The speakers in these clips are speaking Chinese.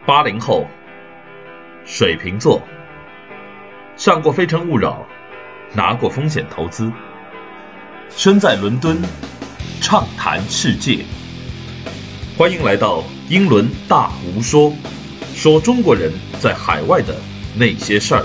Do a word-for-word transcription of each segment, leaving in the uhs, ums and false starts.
八零后，水瓶座，上过《非诚勿扰》，拿过风险投资，身在伦敦，畅谈世界。欢迎来到英伦大胡说，说中国人在海外的那些事儿。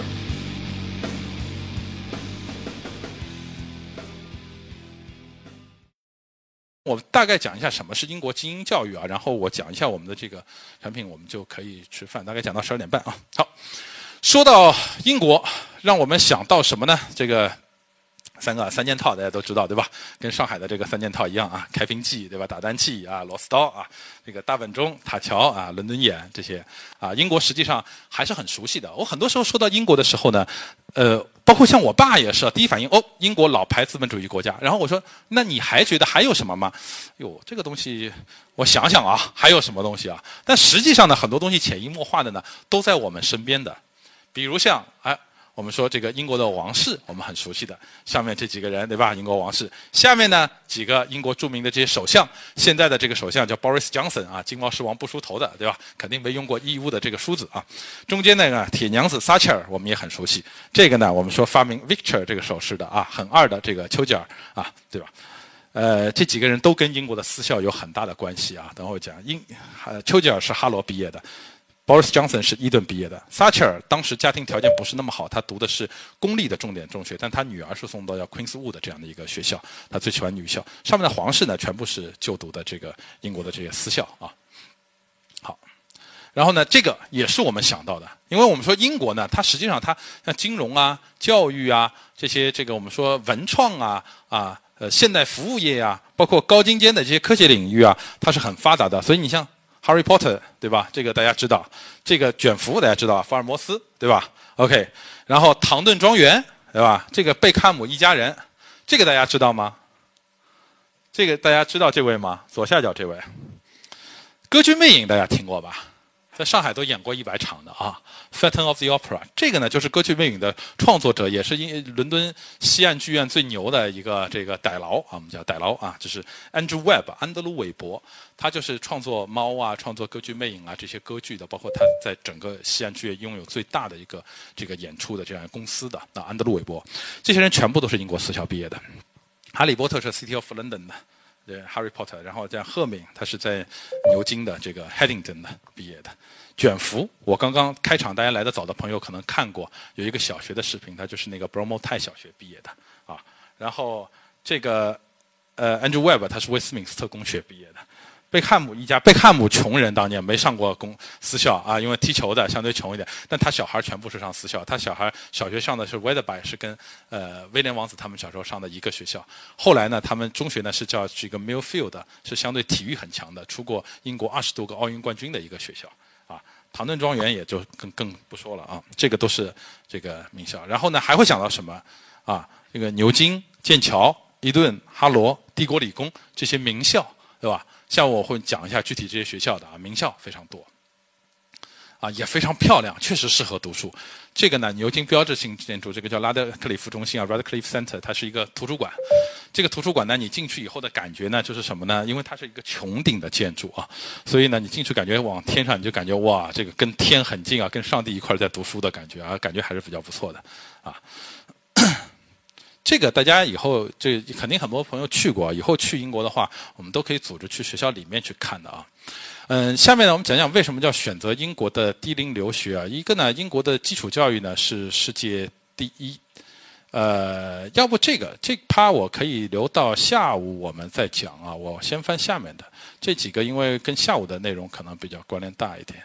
我大概讲一下什么是英国精英教育啊，然后我讲一下我们的这个产品，我们就可以吃饭，大概讲到十二点半啊。好，说到英国，让我们想到什么呢？这个三个三件套大家都知道对吧？跟上海的这个三件套一样啊，开瓶器对吧？打蛋器啊，螺丝刀啊，这个大本钟、塔桥啊，伦敦眼这些啊，英国实际上还是很熟悉的。我很多时候说到英国的时候呢，呃，包括像我爸也是，第一反应哦，英国老牌资本主义国家。然后我说，那你还觉得还有什么吗？哟，这个东西我想想啊，还有什么东西啊？但实际上呢，很多东西潜移默化的呢，都在我们身边的，比如像哎。我们说这个英国的王室，我们很熟悉的，上面这几个人对吧？英国王室，下面呢几个英国著名的这些首相，现在的这个首相叫 Boris Johnson 啊，金毛狮王不梳头的，对吧？肯定没用过义乌的这个梳子啊。中间那个铁娘子撒切尔，我们也很熟悉。这个呢，我们说发明 Victor 这个手势的啊，很二的这个丘吉尔啊，对吧？呃，这几个人都跟英国的私校有很大的关系啊。等会儿讲，英呃丘吉尔是哈罗毕业的。Boris Johnson 是伊顿毕业的，撒切尔当时家庭条件不是那么好，他读的是公立的重点中学，但他女儿是送到叫 Queenswood 这样的一个学校，他最喜欢女校。上面的皇室呢，全部是就读的这个英国的这些私校啊。好，然后呢，这个也是我们想到的，因为我们说英国呢，它实际上它像金融啊、教育啊这些，这个我们说文创啊啊呃现代服务业啊，包括高精尖的这些科学领域啊，它是很发达的，所以你像。Harry Potter 对吧？这个大家知道，这个卷福大家知道，福尔摩斯对吧 ？OK， 然后唐顿庄园对吧？这个贝克汉姆一家人，这个大家知道吗？这个大家知道这位吗？左下角这位，歌剧魅影大家听过吧？在上海都演过一百场的啊 ，Phantom of the Opera， 这个呢就是歌剧魅影的创作者，也是因伦敦西岸剧院最牛的一个这个歹劳啊，我们叫歹劳啊，就是 Andrew Webb 安德鲁韦伯，他就是创作猫啊、创作歌剧魅影啊这些歌剧的，包括他在整个西岸剧院拥有最大的一个这个演出的这样公司的啊，安德鲁韦伯，这些人全部都是英国私校毕业的，哈利波特是 City of London 的。对 Harry Potter， 然后这样赫敏，他是在牛津的这个 Headington 的毕业的。卷福，我刚刚开场，大家来的早的朋友可能看过，有一个小学的视频，他就是那个 Bromo 泰小学毕业的啊。然后这个呃 Andrew Webb 他是威斯敏斯特公学毕业的。贝克汉姆一家，贝克汉姆穷人，当年没上过公私校啊，因为踢球的相对穷一点。但他小孩全部是上私校，他小孩小学上的是 Wetherby， 是跟呃威廉王子他们小时候上的一个学校。后来呢，他们中学呢是叫这个 Millfield， 是相对体育很强的，出过英国二十多个奥运冠军的一个学校啊。唐顿庄园也就更更不说了啊，这个都是这个名校。然后呢，还会想到什么啊？这个牛津、剑桥、伊顿、哈罗、帝国理工这些名校，对吧？像我会讲一下具体这些学校的啊，名校非常多，啊也非常漂亮，确实适合读书。这个呢，牛津标志性建筑，这个叫拉德克里夫中心啊 ，Radcliffe Center， 它是一个图书馆。这个图书馆呢，你进去以后的感觉呢，就是什么呢？因为它是一个穹顶的建筑啊，所以呢，你进去感觉往天上，你就感觉哇，这个跟天很近啊，跟上帝一块在读书的感觉啊，感觉还是比较不错的啊。这个大家以后这肯定很多朋友去过，以后去英国的话，我们都可以组织去学校里面去看的啊。嗯，下面呢，我们讲讲为什么叫选择英国的低龄留学啊？一个呢，英国的基础教育呢是世界第一。呃，要不这个这趴我可以留到下午我们再讲啊。我先翻下面的这几个，因为跟下午的内容可能比较关联大一点。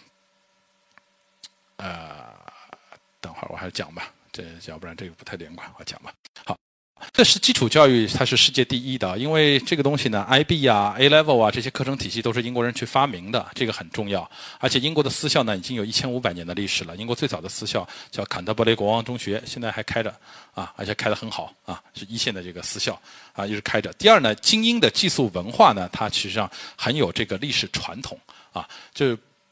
呃，等会儿我还是讲吧。这要不然这个不太连贯，我讲吧。好，这是基础教育，它是世界第一的，因为这个东西呢 ，I B 啊、A Level 啊这些课程体系都是英国人去发明的，这个很重要。而且英国的私校呢，已经有一千五百年的历史了。英国最早的私校叫坎特伯雷国王中学，现在还开着啊，而且开得很好啊，是一线的这个私校啊，一直开着。第二呢，精英的寄宿文化呢，它实际上很有这个历史传统啊，就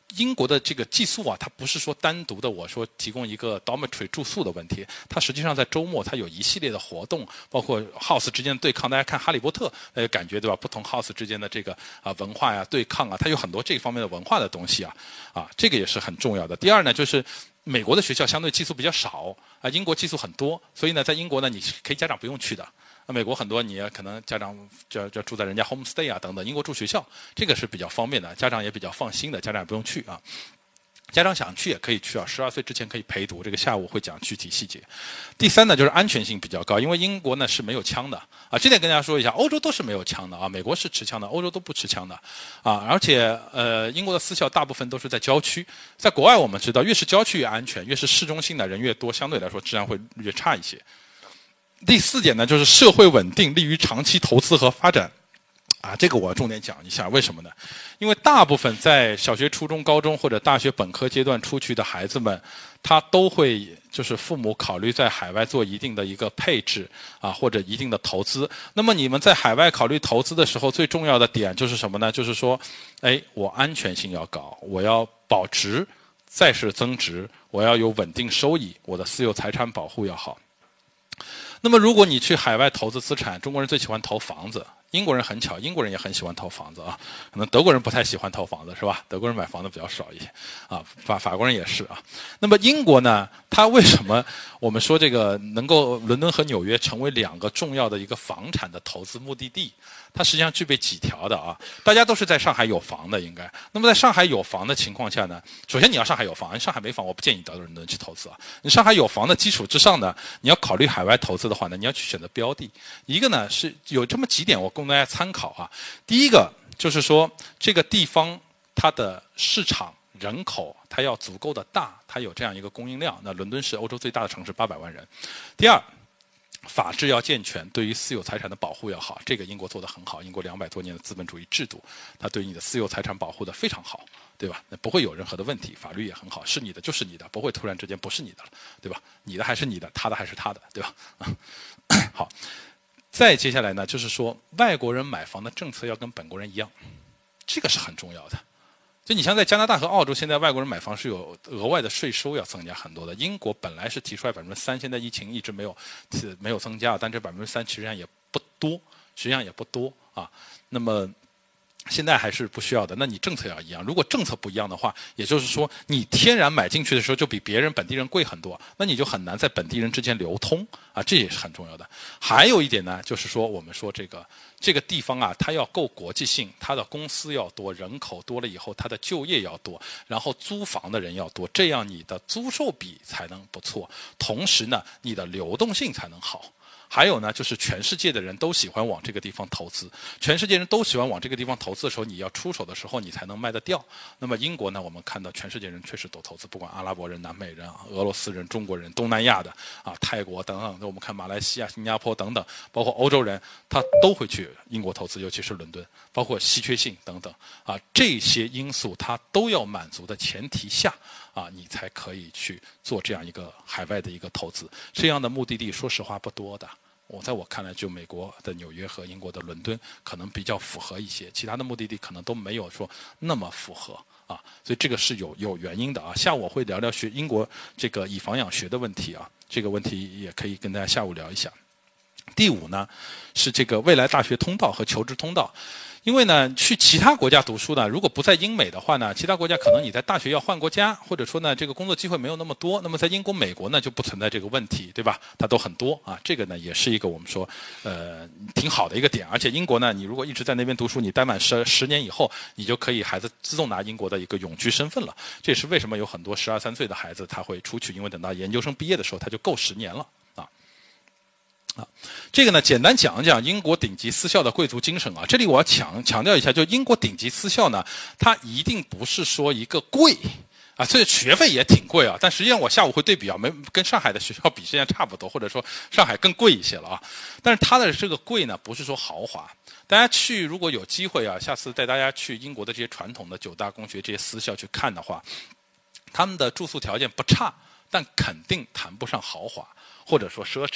英国的这个寄宿啊，它不是说单独的我说提供一个 dormitory 住宿的问题，它实际上在周末它有一系列的活动，包括 house 之间的对抗。大家看《哈利波特》，那个感觉对吧？不同 house 之间的这个啊文化呀、对抗啊，它有很多这方面的文化的东西啊，啊，这个也是很重要的。第二呢，就是美国的学校相对寄宿比较少啊，英国寄宿很多，所以呢，在英国呢，你可以家长不用去的。啊，美国很多你可能家长就就住在人家 homestay 啊等等，英国住学校这个是比较方便的，家长也比较放心的，家长也不用去啊。家长想去也可以去啊，十二岁之前可以陪读，这个下午会讲具体细节。第三呢，就是安全性比较高，因为英国呢是没有枪的啊，这点跟大家说一下，欧洲都是没有枪的啊，美国是持枪的，欧洲都不持枪的啊，而且呃，英国的私校大部分都是在郊区，在国外我们知道，越是郊区越安全，越是市中心的人越多，相对来说治安会越差一些。第四点呢，就是社会稳定，利于长期投资和发展。啊，这个我要重点讲一下，为什么呢？因为大部分在小学、初中、高中或者大学本科阶段出去的孩子们，他都会就是父母考虑在海外做一定的一个配置啊，或者一定的投资。那么你们在海外考虑投资的时候，最重要的点就是什么呢？就是说，哎，我安全性要高，我要保值，再是增值，我要有稳定收益，我的私有财产保护要好。那么如果你去海外投资资产，中国人最喜欢投房子。英国人很巧，英国人也很喜欢投房子啊，可能德国人不太喜欢投房子，是吧？德国人买房子比较少一些，啊，法法国人也是啊。那么英国呢，它为什么我们说这个能够伦敦和纽约成为两个重要的一个房产的投资目的地？它实际上具备几条的啊，大家都是在上海有房的应该。那么在上海有房的情况下呢，首先你要上海有房，上海没房我不建议到伦敦去投资啊。你上海有房的基础之上呢，你要考虑海外投资的话呢，你要去选择标的。一个呢是有这么几点我供大家参考啊。第一个就是说这个地方它的市场人口它要足够的大，它有这样一个供应量。那伦敦是欧洲最大的城市，八百万人。第二，法治要健全，对于私有财产的保护要好，这个英国做得很好。英国两百多年的资本主义制度，它对你的私有财产保护的非常好，对吧？那不会有任何的问题，法律也很好，是你的就是你的，不会突然之间不是你的了，对吧？你的还是你的，他的还是他的，对吧？好，再接下来呢，就是说外国人买房的政策要跟本国人一样，这个是很重要的。就你像在加拿大和澳洲，现在外国人买房是有额外的税收要增加很多的。英国本来是提出来百分之三，现在疫情一直没有没有增加，但这百分之三实际上也不多，实际上也不多啊。那么现在还是不需要的。那你政策要一样，如果政策不一样的话，也就是说你天然买进去的时候就比别人本地人贵很多，那你就很难在本地人之间流通啊，这也是很重要的。还有一点呢，就是说我们说这个这个地方啊，它要够国际性，它的公司要多，人口多了以后，它的就业要多，然后租房的人要多，这样你的租售比才能不错，同时呢，你的流动性才能好。还有呢，就是全世界的人都喜欢往这个地方投资，全世界人都喜欢往这个地方投资的时候，你要出手的时候，你才能卖得掉。那么英国呢，我们看到全世界人确实都投资，不管阿拉伯人、南美人、俄罗斯人、中国人、东南亚的啊、泰国等等，我们看马来西亚、新加坡等等，包括欧洲人，他都会去英国投资，尤其是伦敦，包括稀缺性等等啊，这些因素它都要满足的前提下。啊，你才可以去做这样一个海外的一个投资。这样的目的地，说实话不多的。我在我看来，就美国的纽约和英国的伦敦可能比较符合一些，其他的目的地可能都没有说那么符合啊。所以这个是有有原因的啊。下午我会聊聊学英国这个以房养学的问题啊，这个问题也可以跟大家下午聊一下。第五呢，是这个未来大学通道和求职通道。因为呢，去其他国家读书呢，如果不在英美的话呢，其他国家可能你在大学要换国家，或者说呢，这个工作机会没有那么多。那么在英国、美国呢，就不存在这个问题，对吧？它都很多啊。这个呢，也是一个我们说，呃，挺好的一个点。而且英国呢，你如果一直在那边读书，你待满十十年以后，你就可以孩子自动拿英国的一个永居身份了。这也是为什么有很多十二三岁的孩子他会出去，因为等到研究生毕业的时候，他就够十年了。啊，这个呢，简单讲一讲英国顶级私校的贵族精神啊。这里我要强强调一下，就英国顶级私校呢，它一定不是说一个贵啊，这学费也挺贵啊。但实际上我下午会对比啊，没跟上海的学校比，实际上差不多，或者说上海更贵一些了啊。但是它的这个贵呢，不是说豪华。大家去如果有机会啊，下次带大家去英国的这些传统的九大公学这些私校去看的话，他们的住宿条件不差，但肯定谈不上豪华或者说奢侈。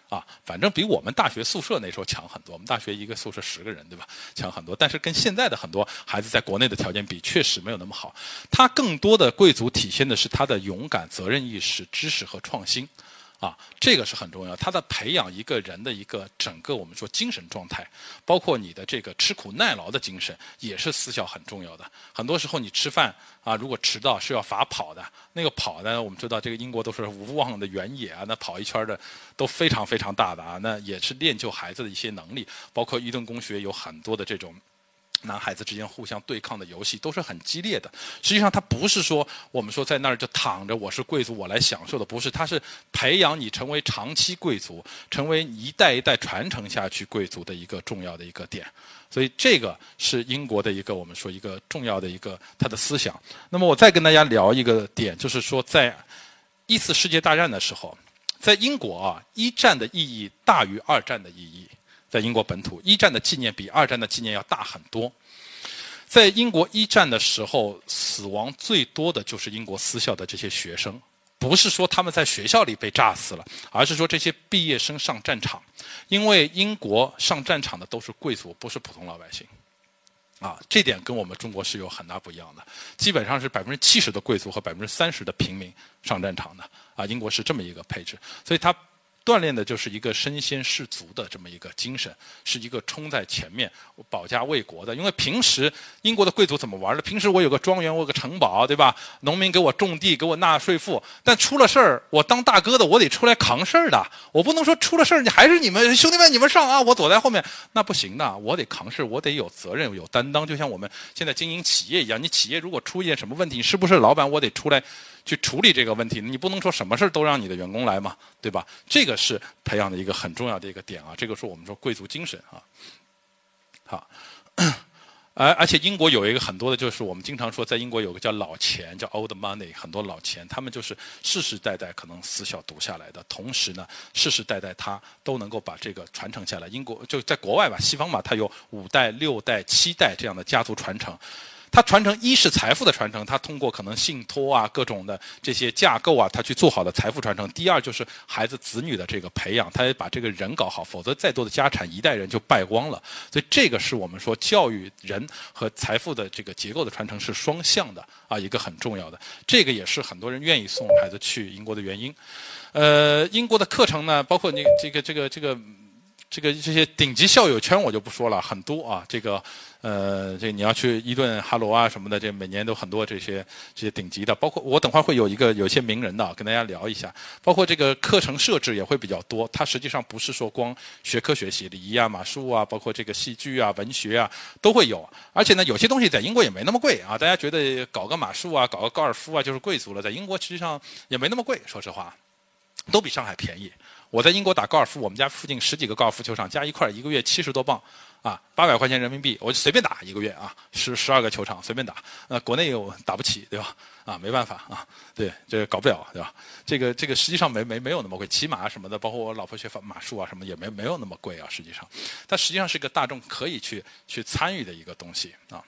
啊，反正比我们大学宿舍那时候强很多。我们大学一个宿舍十个人，对吧？强很多。但是跟现在的很多孩子在国内的条件比，确实没有那么好。他更多的贵族体现的是他的勇敢、责任意识、知识和创新。啊，这个是很重要。他的培养一个人的一个整个我们说精神状态，包括你的这个吃苦耐劳的精神，也是私校很重要的。很多时候你吃饭啊，如果迟到是要罚跑的。那个跑呢，我们知道这个英国都是无望的原野啊，那跑一圈的都非常非常大的啊，那也是练就孩子的一些能力。包括伊顿公学有很多的这种男孩子之间互相对抗的游戏都是很激烈的。实际上它不是说我们说在那儿就躺着我是贵族我来享受的，不是，它是培养你成为长期贵族，成为一代一代传承下去贵族的一个重要的一个点。所以这个是英国的一个我们说一个重要的一个它的思想。那么我再跟大家聊一个点，就是说在一次世界大战的时候，在英国啊，一战的意义大于二战的意义。在英国本土，一战的纪念比二战的纪念要大很多。在英国一战的时候，死亡最多的就是英国私校的这些学生，不是说他们在学校里被炸死了，而是说这些毕业生上战场。因为英国上战场的都是贵族，不是普通老百姓。啊，这点跟我们中国是有很大不一样的，基本上是百分之七十的贵族和百分之三十的平民上战场的。啊，英国是这么一个配置，所以它锻炼的就是一个身先士卒的这么一个精神，是一个冲在前面保家卫国的。因为平时英国的贵族怎么玩的？平时我有个庄园，我有个城堡，对吧？农民给我种地，给我纳税赋。但出了事儿，我当大哥的，我得出来扛事儿的。我不能说出了事儿，你还是你们兄弟们你们上啊，我躲在后面，那不行的。我得扛事儿，我得有责任，有担当。就像我们现在经营企业一样，你企业如果出现什么问题，是不是老板我得出来去处理这个问题？你不能说什么事儿都让你的员工来嘛，对吧？这个是培养的一个很重要的一个点啊，这个是我们说贵族精神啊。好，而而且英国有一个很多的，就是我们经常说，在英国有个叫老钱，叫 old money， 很多老钱，他们就是世世代代可能私校读下来的，同时呢，世世代代他都能够把这个传承下来。英国就在国外吧，西方吧，它有五代、六代、七代这样的家族传承。它传承一是财富的传承，它通过可能信托啊各种的这些架构啊，它去做好的财富传承。第二就是孩子子女的这个培养，他也把这个人搞好，否则再多的家产一代人就败光了。所以这个是我们说教育人和财富的这个结构的传承是双向的啊，一个很重要的。这个也是很多人愿意送孩子去英国的原因。呃，英国的课程呢，包括你这个这个这个。这个这些顶级校友圈我就不说了，很多啊。这个呃，这你要去伊顿、哈罗啊什么的，这每年都很多这些这些顶级的。包括我等会儿会有一个有一些名人的跟大家聊一下。包括这个课程设置也会比较多，它实际上不是说光学科学习，礼仪啊、马术啊，包括这个戏剧啊、文学啊都会有。而且呢，有些东西在英国也没那么贵啊。大家觉得搞个马术啊、搞个高尔夫啊就是贵族了，在英国实际上也没那么贵，说实话，都比上海便宜。我在英国打高尔夫，我们家附近十几个高尔夫球场加一块，一个月七十多镑，啊，八百块钱人民币，我就随便打一个月啊，十十二个球场随便打。呃，国内有打不起，对吧？啊，没办法啊，对，这个搞不了，对吧？这个这个实际上没没没有那么贵，骑马什么的，包括我老婆学马术啊什么也没没有那么贵啊，实际上，它实际上是个大众可以去去参与的一个东西啊。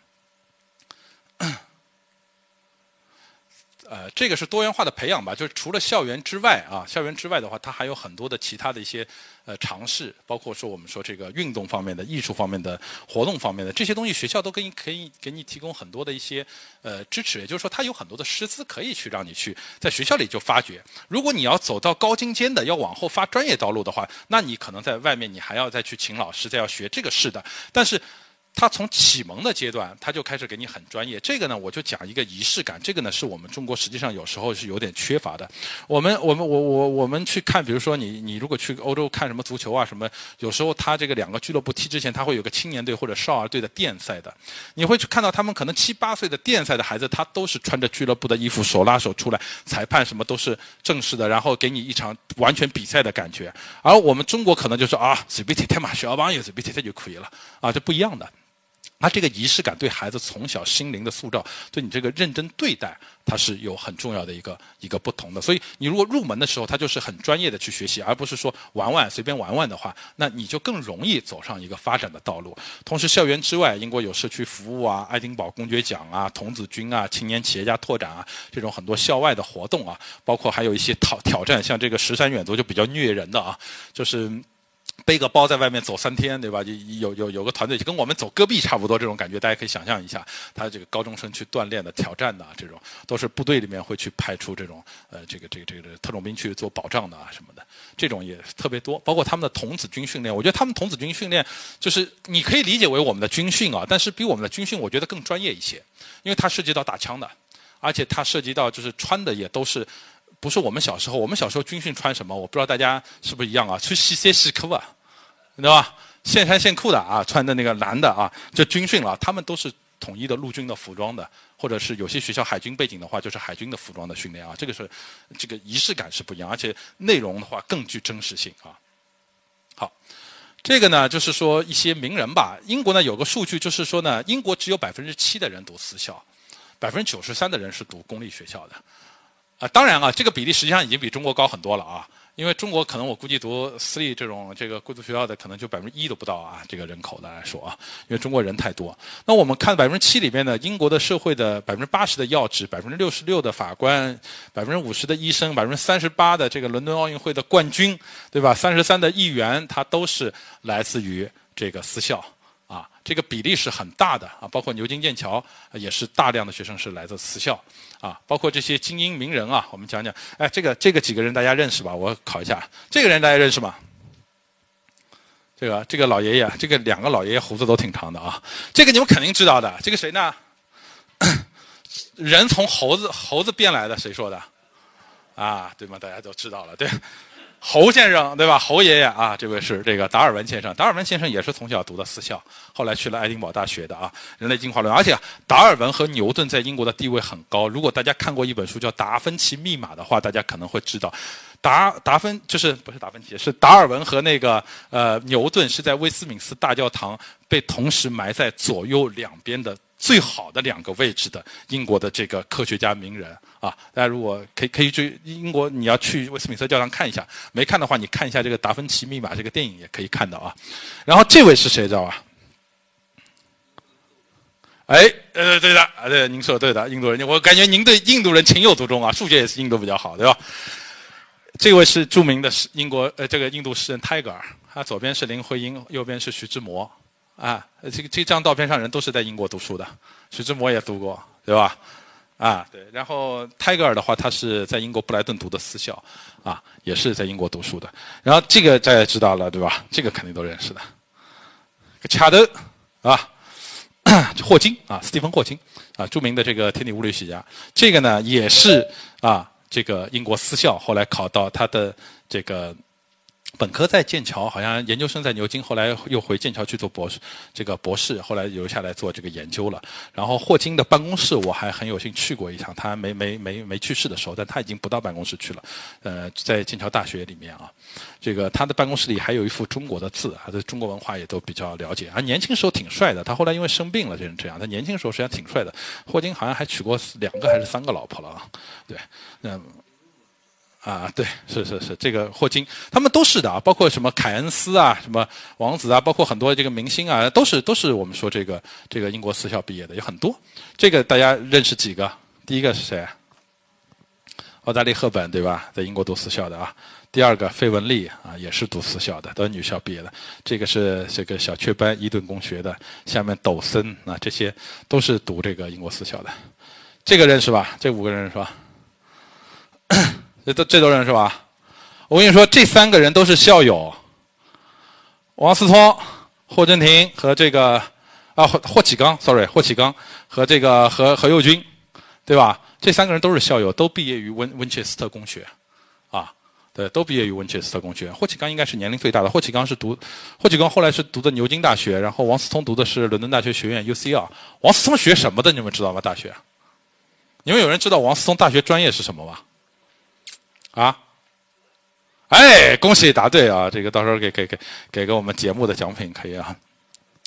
呃，这个是多元化的培养吧，就是除了校园之外啊，校园之外的话，它还有很多的其他的一些呃尝试，包括说我们说这个运动方面的、艺术方面的、活动方面的这些东西，学校都给你可以给你提供很多的一些呃支持，也就是说，它有很多的师资可以去让你去在学校里就发掘。如果你要走到高精尖的，要往后发专业道路的话，那你可能在外面你还要再去请老师，再要学这个是的，但是。他从启蒙的阶段，他就开始给你很专业。这个呢，我就讲一个仪式感。这个呢，是我们中国实际上有时候是有点缺乏的。我们我们我我我们去看，比如说你你如果去欧洲看什么足球啊什么，有时候他这个两个俱乐部踢之前，他会有个青年队或者少儿队的电赛的。你会去看到他们可能七八岁的电赛的孩子，他都是穿着俱乐部的衣服，手拉手出来，裁判什么都是正式的，然后给你一场完全比赛的感觉。而我们中国可能就是啊，随便踢踢嘛，小帮也随便踢踢就可以了啊，这不一样的。 他这个仪式感对孩子从小心灵的塑造，对你这个认真对待，它是有很重要的一个一个不同的。所以你如果入门的时候，他就是很专业的去学习，而不是说玩玩随便玩玩的话，那你就更容易走上一个发展的道路。同时，校园之外，英国有社区服务啊、爱丁堡公爵奖啊、童子军啊、青年企业家拓展啊这种很多校外的活动啊，包括还有一些挑挑战，像这个十山远足就比较虐人的啊，就是。背个包在外面走三天，对吧？有有有个团队就跟我们走戈壁差不多，这种感觉大家可以想象一下。他这个高中生去锻炼的、挑战的、啊、这种，都是部队里面会去派出这种呃这个这个这个特种兵去做保障的啊什么的，这种也特别多。包括他们的童子军训练，我觉得他们童子军训练就是你可以理解为我们的军训啊，但是比我们的军训我觉得更专业一些，因为它涉及到打枪的，而且它涉及到就是穿的也都是。不是我们小时候，我们小时候军训穿什么？我不知道大家是不是一样啊？去西塞西裤啊，对吧？现衫现裤的啊，穿的那个蓝的啊，就军训了。他们都是统一的陆军的服装的，或者是有些学校海军背景的话，就是海军的服装的训练啊。这个是这个仪式感是不一样，而且内容的话更具真实性啊。好，这个呢就是说一些名人吧。英国呢有个数据就是说呢，英国只有百分之七的人读私校，百分之九十三的人是读公立学校的。啊，当然啊，这个比例实际上已经比中国高很多了啊。因为中国可能我估计读私立这种这个贵族学校的可能就百分之一都不到啊，这个人口的来说啊，因为中国人太多。那我们看百分之七里面呢，英国的社会的百分之八十的要职，百分之六十六的法官，百分之五十的医生，百分之三十八的这个伦敦奥运会的冠军，对吧？三十三的议员，他都是来自于这个私校。啊，这个比例是很大的啊，包括牛津、剑桥也是大量的学生是来自私校啊，包括这些精英名人啊，我们讲讲，哎，这个这个几个人大家认识吧？我考一下，这个人大家认识吗？这个这个老爷爷，这个两个老爷爷胡子都挺长的啊，这个你们肯定知道的，这个谁呢？人从猴子猴子变来的，谁说的？啊，对吗？大家都知道了，对。侯先生对吧？侯爷爷啊，这位是这个达尔文先生。达尔文先生也是从小读的私校，后来去了爱丁堡大学的啊。人类进化论，而且达尔文和牛顿在英国的地位很高。如果大家看过一本书叫《达芬奇密码》的话，大家可能会知道，达达芬就是不是达芬奇，是达尔文和那个呃牛顿是在威斯敏斯大教堂被同时埋在左右两边的最好的两个位置的英国的这个科学家名人。啊，大家如果可以可以去英国，你要去威斯敏斯特教堂看一下，没看的话，你看一下这个《达芬奇密码》这个电影也可以看到啊。然后这位是谁知道吧？哎，呃，对的，啊，对，您说的对的，印度人，我感觉您对印度人情有独钟啊，数学也是印度比较好，对吧？这位是著名的英国呃这个印度诗人泰戈尔，他左边是林徽因，右边是徐志摩，啊，这个这张照片上人都是在英国读书的，徐志摩也读过，对吧？啊，对，然后泰戈尔的话，他是在英国布莱顿读的私校，啊，也是在英国读书的。然后这个大家知道了，对吧？这个肯定都认识的。卡德，啊，霍金啊，斯蒂芬·霍金啊，著名的这个天体物理学家。这个呢，也是啊，这个英国私校，后来考到他的这个。本科在剑桥，好像研究生在牛津，后来又回剑桥去做博士，这个博士后来留下来做这个研究了。然后霍金的办公室我还很有幸去过一趟，他没没没没去世的时候，但他已经不到办公室去了，呃，在剑桥大学里面啊，这个他的办公室里还有一幅中国的字，他对中国文化也都比较了解。他年轻时候挺帅的，他后来因为生病了，这人这样，他年轻时候实际上挺帅的。霍金好像还娶过两个还是三个老婆了啊，对，嗯。啊，对，是是是，这个霍金，他们都是的啊，包括什么凯恩斯啊，什么王子啊，包括很多这个明星啊，都是都是我们说这个这个英国私校毕业的，有很多。这个大家认识几个？第一个是谁？奥黛丽·赫本，对吧？在英国读私校的啊。第二个费雯丽啊，也是读私校的，都是女校毕业的。这个是这个小雀斑伊顿公学的，下面抖森啊，这些都是读这个英国私校的。这个认识吧？这五个人认识吧？这都这都认识吧？我跟你说，这三个人都是校友，王思聪、霍震霆和这个啊霍霍启刚 ，sorry， 霍启刚和这个何何猷君，对吧？这三个人都是校友，都毕业于温温切斯特公学，啊，对，都毕业于温切斯特公学。霍启刚应该是年龄最大的，霍启刚是读，霍启刚后来是读的牛津大学，然后王思聪读的是伦敦大学学院 U C L。王思聪学什么的？你们知道吗？大学？你们有人知道王思聪大学专业是什么吗？啊，哎，恭喜答对啊！这个到时候给给给给个我们节目的奖品可以啊。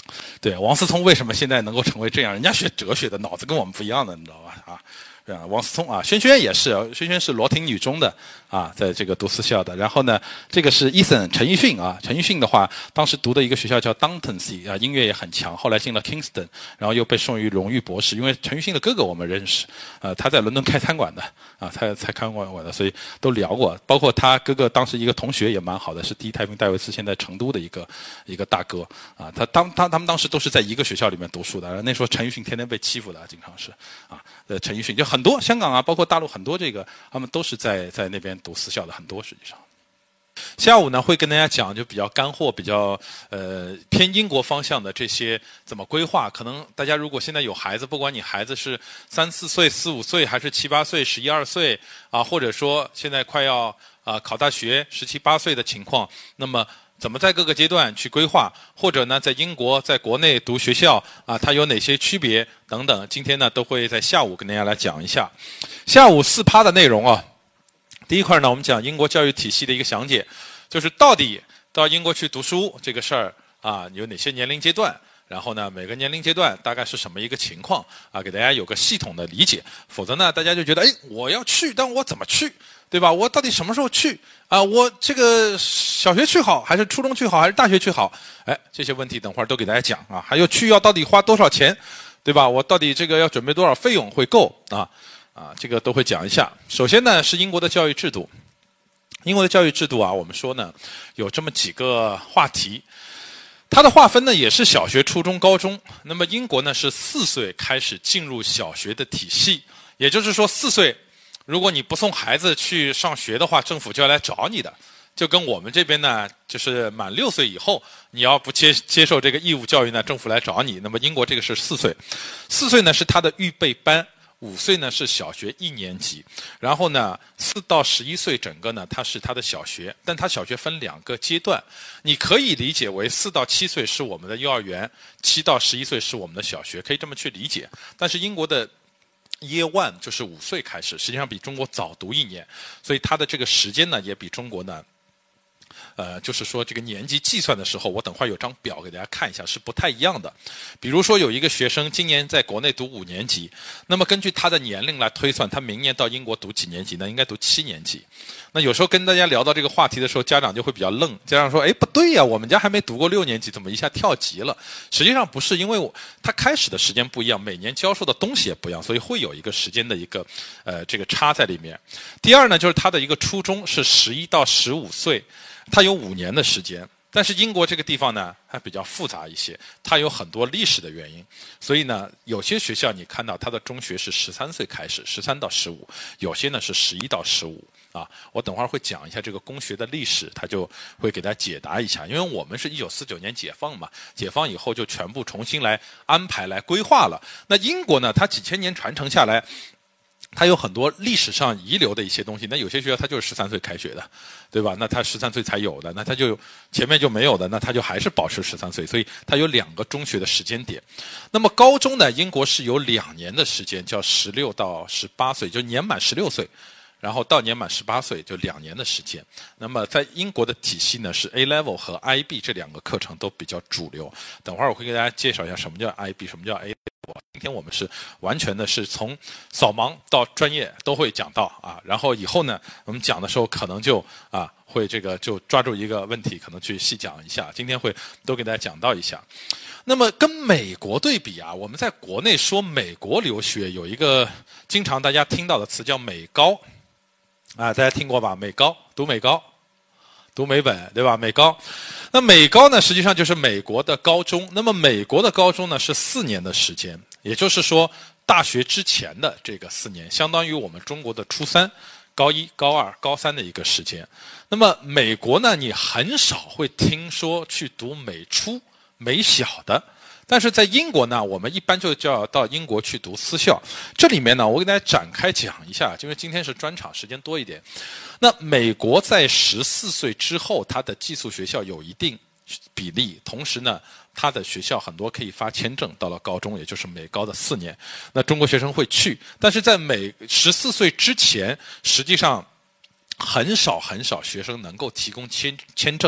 对，王思聪为什么现在能够成为这样？人家学哲学的，脑子跟我们不一样的，你知道吧？啊。啊，王思聪啊，轩轩也是，轩轩是罗亭女中的啊，在这个读私校的。然后呢，这个是 Ethan 陈奕迅啊，陈奕迅的话，当时读的一个学校叫 Downtonsea 啊，音乐也很强，后来进了 Kingston， 然后又被授予荣誉博士。因为陈奕迅的哥哥我们认识，呃，他在伦敦开餐馆的啊，他才开馆馆的，所以都聊过。包括他哥哥当时一个同学也蛮好的，是第一太平戴维斯现在成都的一个一个大哥啊，他当他他们当时都是在一个学校里面读书的。那时候陈奕迅天天被欺负的，经常是啊，呃，陈奕迅就。很多香港啊，包括大陆很多这个，他们都是在在那边读私校的，很多实际上。下午呢会跟大家讲就比较干货，比较呃偏英国方向的这些怎么规划。可能大家如果现在有孩子，不管你孩子是三四岁、四五岁，还是七八岁、十一二岁啊，或者说现在快要啊考大学十七八岁的情况，那么。怎么在各个阶段去规划，或者呢，在英国、在国内读学校啊，它有哪些区别等等？今天呢，都会在下午跟大家来讲一下。下午四趴的内容啊，第一块呢，我们讲英国教育体系的一个详解，就是到底到英国去读书这个事儿啊，有哪些年龄阶段？然后呢，每个年龄阶段大概是什么一个情况啊？给大家有个系统的理解，否则呢，大家就觉得，哎，我要去，但我怎么去，对吧？我到底什么时候去啊？我这个小学去好，还是初中去好，还是大学去好？哎，这些问题等会儿都给大家讲啊。还有去要到底花多少钱，对吧？我到底这个要准备多少费用会够啊？啊，这个都会讲一下。首先呢，是英国的教育制度。英国的教育制度啊，我们说呢，有这么几个话题。它的划分呢也是小学、初中、高中。那么英国呢是四岁开始进入小学的体系，也就是说四岁，如果你不送孩子去上学的话，政府就要来找你的。就跟我们这边呢，就是满六岁以后，你要不接接受这个义务教育呢，政府来找你。那么英国这个是四岁，四岁呢是他的预备班。五岁呢是小学一年级，然后呢四到十一岁整个呢它是他的小学，但它小学分两个阶段，你可以理解为四到七岁是我们的幼儿园，七到十一岁是我们的小学，可以这么去理解。但是英国的 Year One 就是五岁开始，实际上比中国早读一年，所以它的这个时间呢也比中国呢。呃，就是说这个年级计算的时候，我等会儿有张表给大家看一下，是不太一样的。比如说有一个学生今年在国内读五年级，那么根据他的年龄来推算，他明年到英国读几年级呢？应该读七年级。那有时候跟大家聊到这个话题的时候，家长就会比较愣，家长说：“哎，不对呀，我们家还没读过六年级，怎么一下跳级了？”实际上不是，因为我他开始的时间不一样，每年教授的东西也不一样，所以会有一个时间的一个呃这个差在里面。第二呢，就是他的一个初中是十一到十五岁。它有五年的时间，但是英国这个地方呢，还比较复杂一些，它有很多历史的原因，所以呢，有些学校你看到它的中学是十三岁开始，十三到十五，有些呢是十一到十五啊。我等会儿会讲一下这个公学的历史，他就会给大家解答一下，因为我们是一九四九年解放嘛，解放以后就全部重新来安排来规划了。那英国呢，它几千年传承下来。它有很多历史上遗留的一些东西，那有些学校它就是十三岁开学的，对吧？那它十三岁才有的，那它就前面就没有的，那它就还是保持十三岁，所以它有两个中学的时间点。那么高中呢，英国是有两年的时间，叫十六到十八岁，就年满十六岁。然后到年满十八岁就两年的时间。那么在英国的体系呢，是 A Level 和 I B 这两个课程都比较主流。等会儿我会给大家介绍一下什么叫 I B， 什么叫 A Level。今天我们是完全的是从扫盲到专业都会讲到啊。然后以后呢，我们讲的时候可能就啊会这个就抓住一个问题，可能去细讲一下。今天会都给大家讲到一下。那么跟美国对比啊，我们在国内说美国留学有一个经常大家听到的词叫美高。啊，大家听过吧？美高，读美高，读美本，对吧？美高，那美高呢，实际上就是美国的高中。那么美国的高中呢是四年的时间，也就是说大学之前的这个四年，相当于我们中国的初三、高一、高二、高三的一个时间。那么美国呢，你很少会听说去读美初、美小的。但是在英国呢，我们一般就叫到英国去读私校。这里面呢，我给大家展开讲一下，因为今天是专场，时间多一点。那美国在十四岁之后，它的寄宿学校有一定比例，同时呢，它的学校很多可以发签证，到了高中，也就是美高的四年。那中国学生会去，但是在美十四岁之前，实际上很少很少学生能够提供签签证，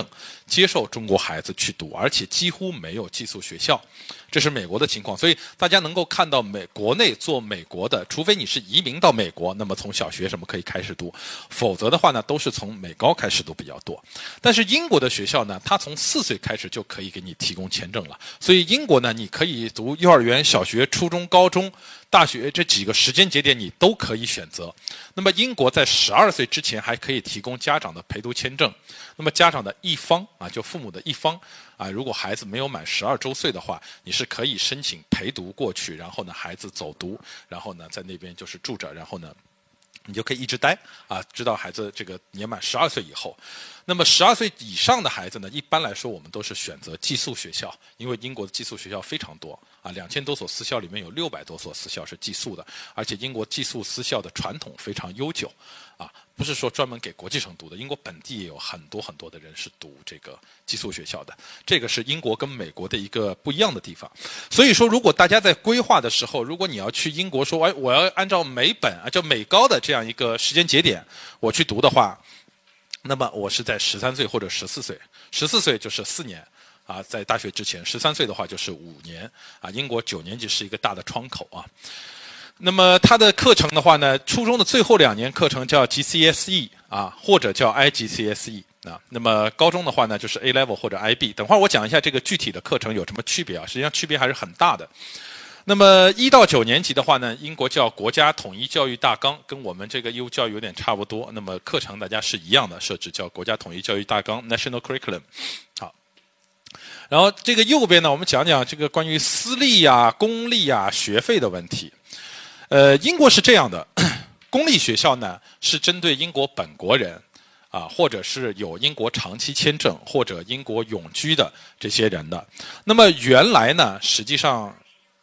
接受中国孩子去读，而且几乎没有寄宿学校。这是美国的情况，所以大家能够看到美国内做美国的，除非你是移民到美国，那么从小学什么可以开始读，否则的话呢，都是从美高开始读比较多。但是英国的学校呢，它从四岁开始就可以给你提供签证了，所以英国呢，你可以读幼儿园、小学、初中、高中、大学这几个时间节点你都可以选择。那么英国在十二岁之前还可以提供家长的陪读签证，那么家长的一方啊，就父母的一方啊，如果孩子没有满十二周岁的话，你是可以申请陪读过去，然后呢孩子走读，然后呢在那边就是住着，然后呢你就可以一直待啊，直到孩子这个年满十二岁以后。那么十二岁以上的孩子呢，一般来说我们都是选择寄宿学校，因为英国的寄宿学校非常多啊，两千多所私校里面有六百多所私校是寄宿的，而且英国寄宿私校的传统非常悠久啊，不是说专门给国际生读的，英国本地也有很多很多的人是读这个寄宿学校的，这个是英国跟美国的一个不一样的地方。所以说，如果大家在规划的时候，如果你要去英国说，哎，我要按照美本啊，就美高的这样一个时间节点我去读的话，那么我是在十三岁或者十四岁，十四岁就是四年啊，在大学之前，十三岁的话就是五年啊。英国九年级是一个大的窗口啊。那么它的课程的话呢，初中的最后两年课程叫 G C S E 啊，或者叫 I G C S E 啊。那么高中的话呢，就是 A Level 或者 I B。等会儿我讲一下这个具体的课程有什么区别啊，实际上区别还是很大的。那么一到九年级的话呢，英国叫国家统一教育大纲，跟我们这个义务教育有点差不多。那么课程大家是一样的设置，叫国家统一教育大纲 National Curriculum。好，然后这个右边呢，我们讲讲这个关于私立啊、公立啊学费的问题。呃，英国是这样的，公立学校呢是针对英国本国人啊，或者是有英国长期签证或者英国永居的这些人的。那么原来呢，实际上。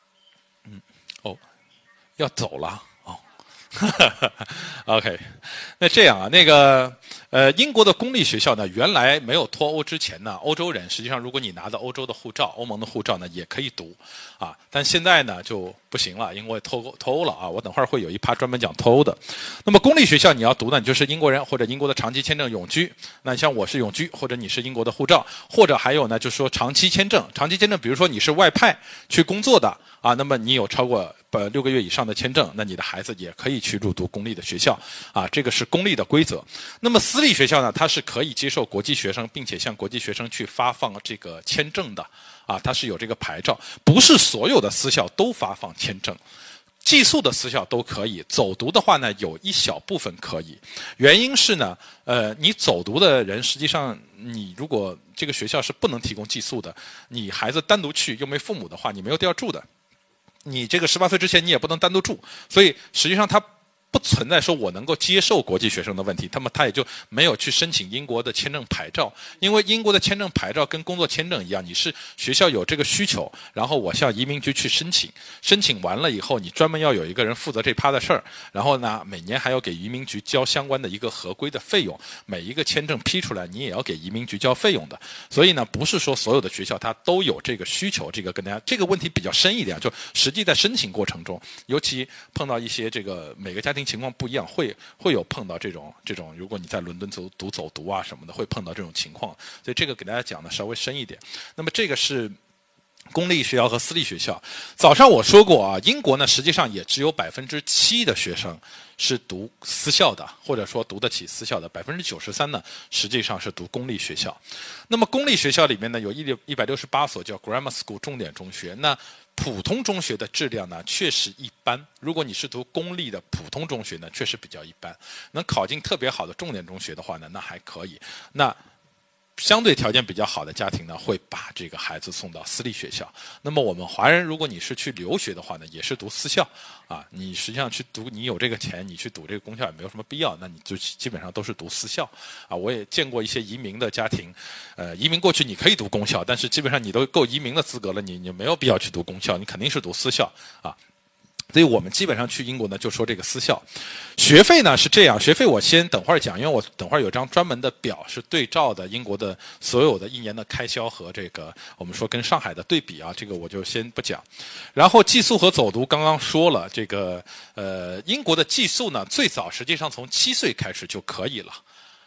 要走了哦，OK， 那这样啊，那个呃，英国的公立学校呢，原来没有脱欧之前呢，欧洲人实际上如果你拿到欧洲的护照、欧盟的护照呢，也可以读啊，但现在呢就不行了，因为脱脱欧了啊。我等会儿会有一趴专门讲脱欧的。那么公立学校你要读呢，你就是英国人或者英国的长期签证永居。那像我是永居，或者你是英国的护照，或者还有呢，就是说长期签证，长期签证，比如说你是外派去工作的啊，那么你有超过呃六个月以上的签证，那你的孩子也可以去入读公立的学校啊，这个是公立的规则。那么私立学校呢，它是可以接受国际学生，并且向国际学生去发放这个签证的啊，它是有这个牌照，不是所有的私校都发放签证。寄宿的私校都可以，走读的话呢，有一小部分可以。原因是呢，呃，你走读的人，实际上你如果这个学校是不能提供寄宿的，你孩子单独去又没父母的话，你没有地儿住的。你这个十八岁之前你也不能单独住，所以实际上它不存在说我能够接受国际学生的问题，那么他也就没有去申请英国的签证牌照，因为英国的签证牌照跟工作签证一样，你是学校有这个需求，然后我向移民局去申请，申请完了以后，你专门要有一个人负责这趴的事儿，然后呢，每年还要给移民局交相关的一个合规的费用，每一个签证批出来，你也要给移民局交费用的，所以呢，不是说所有的学校它都有这个需求，这个跟大家这个问题比较深一点，就实际在申请过程中，尤其碰到一些这个每个家庭情况不一样，会会有碰到这种这种，如果你在伦敦走读走读啊什么的，会碰到这种情况，所以这个给大家讲的稍微深一点。那么这个是公立学校和私立学校。早上我说过啊，英国呢实际上也只有百分之七的学生是读私校的，或者说读得起私校的，百分之九十三呢实际上是读公立学校。那么公立学校里面呢有一一百六十八所叫 Grammar School 重点中学，那普通中学的质量呢确实一般，如果你是读公立的普通中学呢确实比较一般，能考进特别好的重点中学的话呢那还可以，那相对条件比较好的家庭呢会把这个孩子送到私立学校。那么我们华人如果你是去留学的话呢也是读私校啊，你实际上去读，你有这个钱你去读这个公校也没有什么必要，那你就基本上都是读私校啊。我也见过一些移民的家庭，呃，移民过去你可以读公校，但是基本上你都够移民的资格了，你你没有必要去读公校，你肯定是读私校啊。所以我们基本上去英国呢就说这个私校。学费呢是这样，学费我先等会儿讲，因为我等会儿有张专门的表是对照的英国的所有的一年的开销和这个我们说跟上海的对比啊，这个我就先不讲。然后寄宿和走读刚刚说了，这个呃英国的寄宿呢最早实际上从七岁开始就可以了。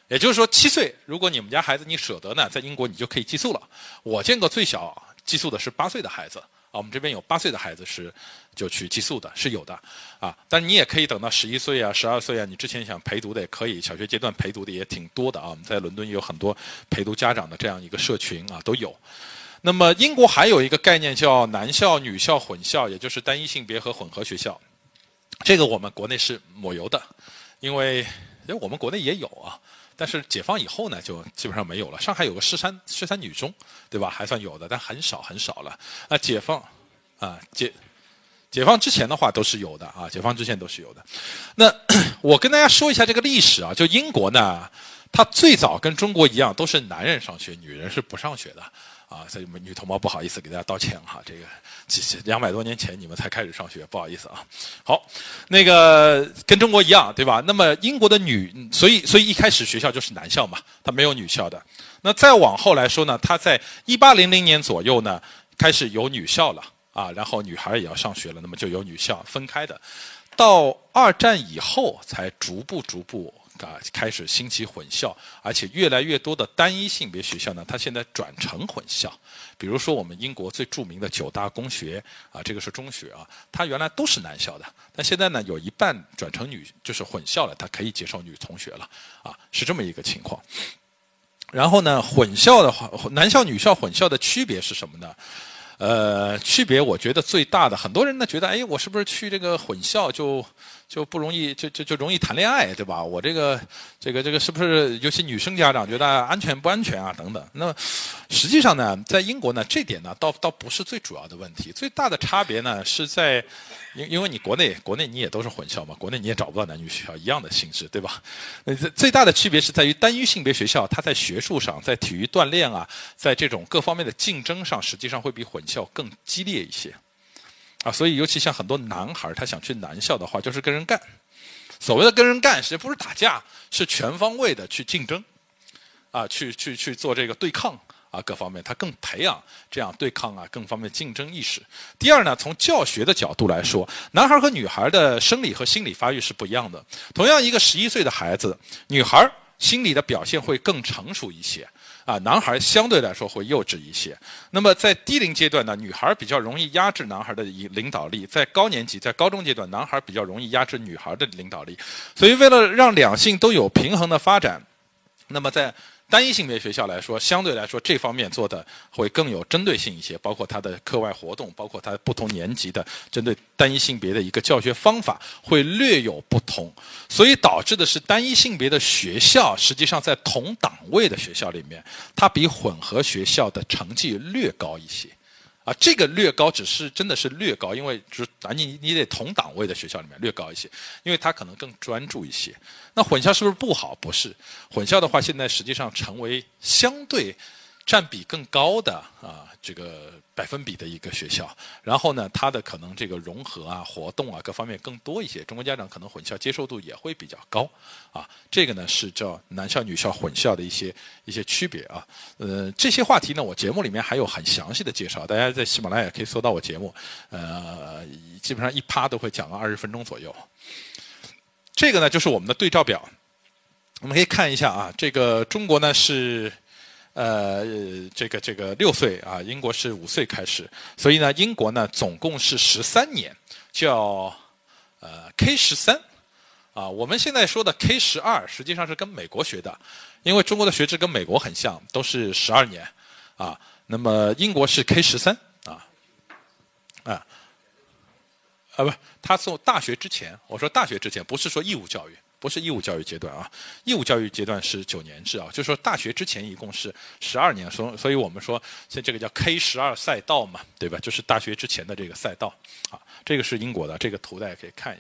也就是说七岁，如果你们家孩子你舍得呢，在英国你就可以寄宿了。我见过最小寄宿的是八岁的孩子啊，我们这边有八岁的孩子是就去寄宿的，是有的啊。但你也可以等到十一岁啊、十二岁啊，你之前想陪读的也可以，小学阶段陪读的也挺多的啊。我们在伦敦也有很多陪读家长的这样一个社群啊，都有。那么英国还有一个概念叫男校、女校混校，也就是单一性别和混合学校。这个我们国内是抹油的，因为因为我们国内也有啊。但是解放以后呢，就基本上没有了。上海有个狮山狮山女中，对吧？还算有的，但很少很少了。啊，解放，啊解解放之前的话都是有的啊，解放之前都是有的。那我跟大家说一下这个历史啊，就英国呢，它最早跟中国一样，都是男人上学，女人是不上学的。啊，所以女同胞不好意思给大家道歉哈，这个两百多年前你们才开始上学，不好意思啊。好，那个跟中国一样，对吧？那么英国的女，所以所以一开始学校就是男校嘛，它没有女校的。那再往后来说呢，它在一八零零年左右呢，开始有女校了啊，然后女孩也要上学了，那么就有女校分开的。到二战以后才逐步逐步。啊，开始兴起混校，而且越来越多的单一性别学校呢，它现在转成混校。比如说我们英国最著名的九大公学啊，这个是中学啊，它原来都是男校的，但现在呢有一半转成女，就是混校了，它可以接受女同学了啊，是这么一个情况。然后呢，混校的话，男校女校混校的区别是什么呢？呃，区别我觉得最大的，很多人呢觉得，哎，我是不是去这个混校就就不容易，就就就容易谈恋爱，对吧？我这个这个这个是不是，尤其女生家长觉得安全不安全啊等等。那么实际上呢，在英国呢，这点呢倒倒不是最主要的问题，最大的差别呢是在，因因为你国内国内你也都是混校嘛，国内你也找不到男女学校一样的性质，对吧？最大的区别是在于单一性别学校，它在学术上，在体育锻炼啊，在这种各方面的竞争上，实际上会比混校更激烈一些。啊，所以尤其像很多男孩，他想去男校的话，就是跟人干。所谓的跟人干，实际不是打架，是全方位的去竞争，啊，去去去做这个对抗啊，各方面他更培养这样对抗啊，更方面竞争意识。第二呢，从教学的角度来说，男孩和女孩的生理和心理发育是不一样的。同样一个十一岁的孩子，女孩心理的表现会更成熟一些。啊，男孩相对来说会幼稚一些。那么在低龄阶段呢，女孩比较容易压制男孩的领导力；在高年级，在高中阶段，男孩比较容易压制女孩的领导力。所以，为了让两性都有平衡的发展，那么在单一性别学校来说，相对来说这方面做的会更有针对性一些，包括它的课外活动，包括它不同年级的针对单一性别的一个教学方法会略有不同，所以导致的是单一性别的学校实际上在同档位的学校里面，它比混合学校的成绩略高一些。啊，这个略高只是真的是略高，因为就是啊，你你得同档位的学校里面略高一些，因为它可能更专注一些。那混校是不是不好？不是，混校的话，现在实际上成为相对占比更高的啊这个百分比的一个学校。然后呢，它的可能这个融合啊、活动啊各方面更多一些。中国家长可能混校接受度也会比较高啊。这个呢是叫男校、女校混校的一些一些区别啊。呃，这些话题呢，我节目里面还有很详细的介绍，大家在喜马拉雅可以搜到我节目。呃，基本上一趴都会讲个二十分钟左右。这个呢就是我们的对照表，我们可以看一下啊。这个中国呢是。呃，这个这个六岁啊，英国是五岁开始，所以呢，英国呢总共是十三年，叫呃 K 十三，啊，我们现在说的 K 十二实际上是跟美国学的，因为中国的学制跟美国很像，都是十二年，啊，那么英国是 K 十三，啊，啊，啊不，他从大学之前，我说大学之前，不是说义务教育。不是义务教育阶段啊，义务教育阶段是九年制啊，就是说大学之前一共是十二年，所所以我们说现在这个叫 K 十二赛道嘛，对吧？就是大学之前的这个赛道啊，这个是英国的，这个图大家可以看一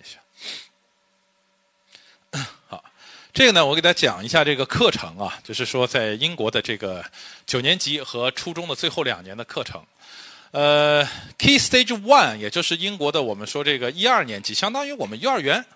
下。好，这个呢，我给大家讲一下这个课程啊，就是说在英国的这个九年级和初中的最后两年的课程。呃 ，Key Stage One， 也就是英国的我们说这个一二年级，相当于我们幼儿园。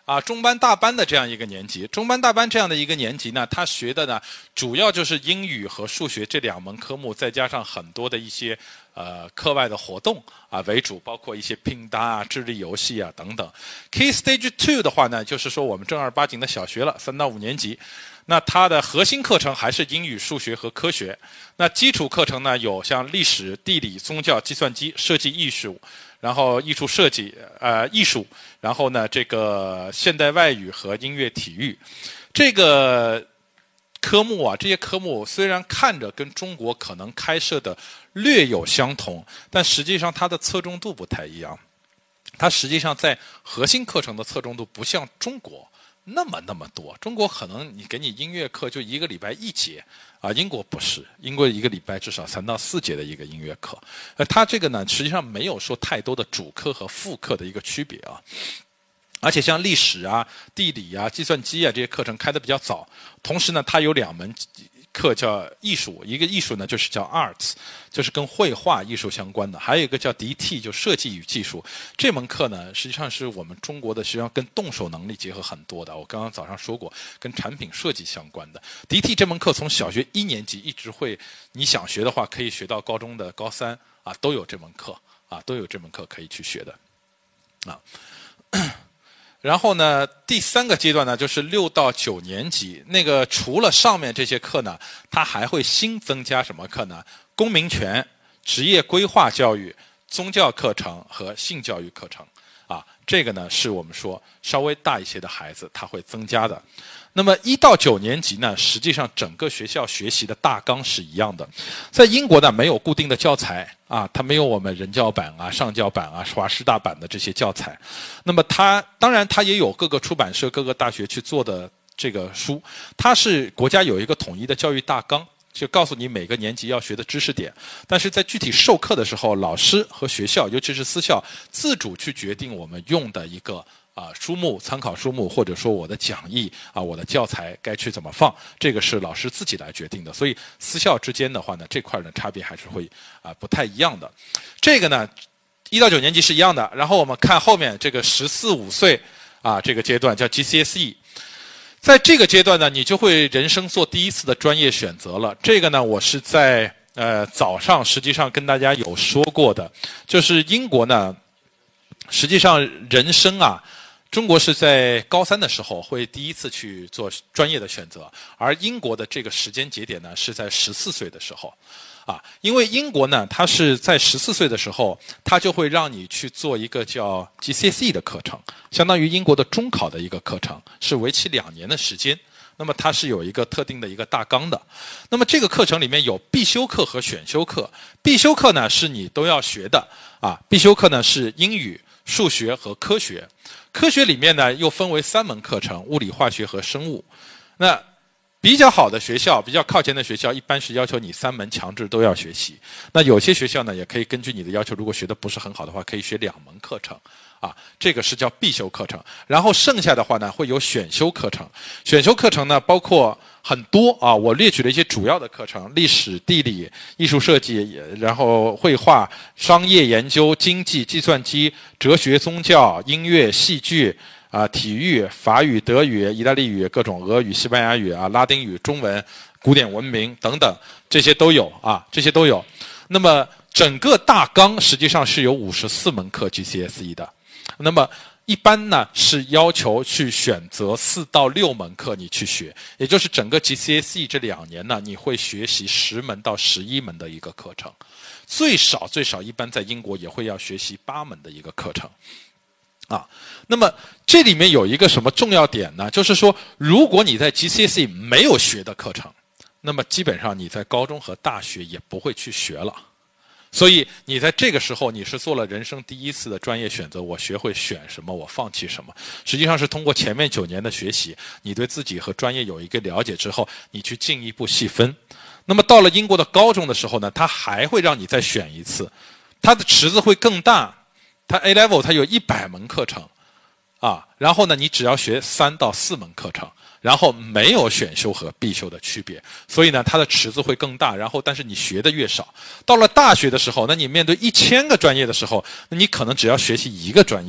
啊，中班、大班的这样一个年级，中班、大班这样的一个年级呢，他学的呢，主要就是英语和数学这两门科目，再加上很多的一些呃课外的活动啊为主，包括一些拼搭啊、智力游戏啊等等。Key Stage Two 的话呢，就是说我们正儿八经的小学了，三到五年级。那它的核心课程还是英语、数学和科学。那基础课程呢，有像历史、地理、宗教、计算机、设计艺术。然后艺术设计，呃，艺术，然后呢，这个现代外语和音乐体育，这个科目啊，这些科目虽然看着跟中国可能开设的略有相同，但实际上它的侧重度不太一样。它实际上在核心课程的侧重度不像中国那么那么多。中国可能你给你音乐课就一个礼拜一节。啊，英国不是，英国一个礼拜至少三到四节的一个音乐课，呃，它这个呢，实际上没有说太多的主课和副课的一个区别啊，而且像历史啊、地理啊、计算机啊这些课程开得比较早，同时呢，它有两门课叫艺术，一个艺术呢就是叫 arts， 就是跟绘画艺术相关的，还有一个叫 D T， 就设计与技术。这门课呢，实际上是我们中国的，实际上跟动手能力结合很多的。我刚刚早上说过，跟产品设计相关的。D T 这门课从小学一年级一直会，你想学的话，可以学到高中的高三啊，都有这门课啊，都有这门课可以去学的啊。然后呢，第三个阶段呢，就是六到九年级。那个除了上面这些课呢，它还会新增加什么课呢？公民权、职业规划教育、宗教课程和性教育课程。啊，这个呢是我们说稍微大一些的孩子他会增加的。那么一到九年级呢，实际上整个学校学习的大纲是一样的。在英国呢，没有固定的教材啊，它没有我们人教版啊、上教版啊、华师大版的这些教材。那么它当然它也有各个出版社、各个大学去做的这个书，它是国家有一个统一的教育大纲。就告诉你每个年级要学的知识点，但是在具体授课的时候，老师和学校，尤其是私校，自主去决定我们用的一个啊书目、参考书目，或者说我的讲义啊、我的教材该去怎么放，这个是老师自己来决定的。所以私校之间的话呢，这块呢差别还是会啊不太一样的。这个呢，一到九年级是一样的。然后我们看后面这个十四五岁啊这个阶段叫 G C S E。在这个阶段呢，你就会人生做第一次的专业选择了。这个呢，我是在呃早上实际上跟大家有说过的，就是英国呢，实际上人生啊，中国是在高三的时候会第一次去做专业的选择，而英国的这个时间节点呢是在十四岁的时候。啊，因为英国呢，它是在十四岁的时候，它就会让你去做一个叫 G C S E 的课程，相当于英国的中考的一个课程，是为期两年的时间。那么它是有一个特定的一个大纲的。那么这个课程里面有必修课和选修课。必修课呢是你都要学的啊，必修课呢是英语、数学和科学。科学里面呢又分为三门课程：物理、化学和生物。那比较好的学校，比较靠前的学校，一般是要求你三门强制都要学习。那有些学校呢，也可以根据你的要求，如果学的不是很好的话，可以学两门课程，啊，这个是叫必修课程。然后剩下的话呢，会有选修课程。选修课程呢，包括很多啊，我列举了一些主要的课程：历史、地理、艺术设计，然后绘画、商业研究、经济、计算机、哲学、宗教、音乐、戏剧。啊，体育、法语、德语、意大利语、各种俄语、西班牙语啊、拉丁语、中文、古典文明等等，这些都有啊，这些都有。那么整个大纲实际上是有五十四门课 G C S E 的。那么一般呢是要求去选择四到六门课你去学，也就是整个 G C S E 这两年呢，你会学习十门到十一门的一个课程，最少最少一般在英国也会要学习八门的一个课程。啊，那么这里面有一个什么重要点呢？就是说，如果你在 G C S E 没有学的课程，那么基本上你在高中和大学也不会去学了。所以你在这个时候，你是做了人生第一次的专业选择，我学会选什么，我放弃什么。实际上是通过前面九年的学习，你对自己和专业有一个了解之后，你去进一步细分。那么到了英国的高中的时候呢，它还会让你再选一次，它的池子会更大。它 A level 它有一百门课程，啊，然后呢，你只要学三到四门课程，然后没有选修和必修的区别，所以呢，它的池子会更大。然后，但是你学的越少，到了大学的时候，那你面对一千个专业的时候，那你可能只要学习一个专业，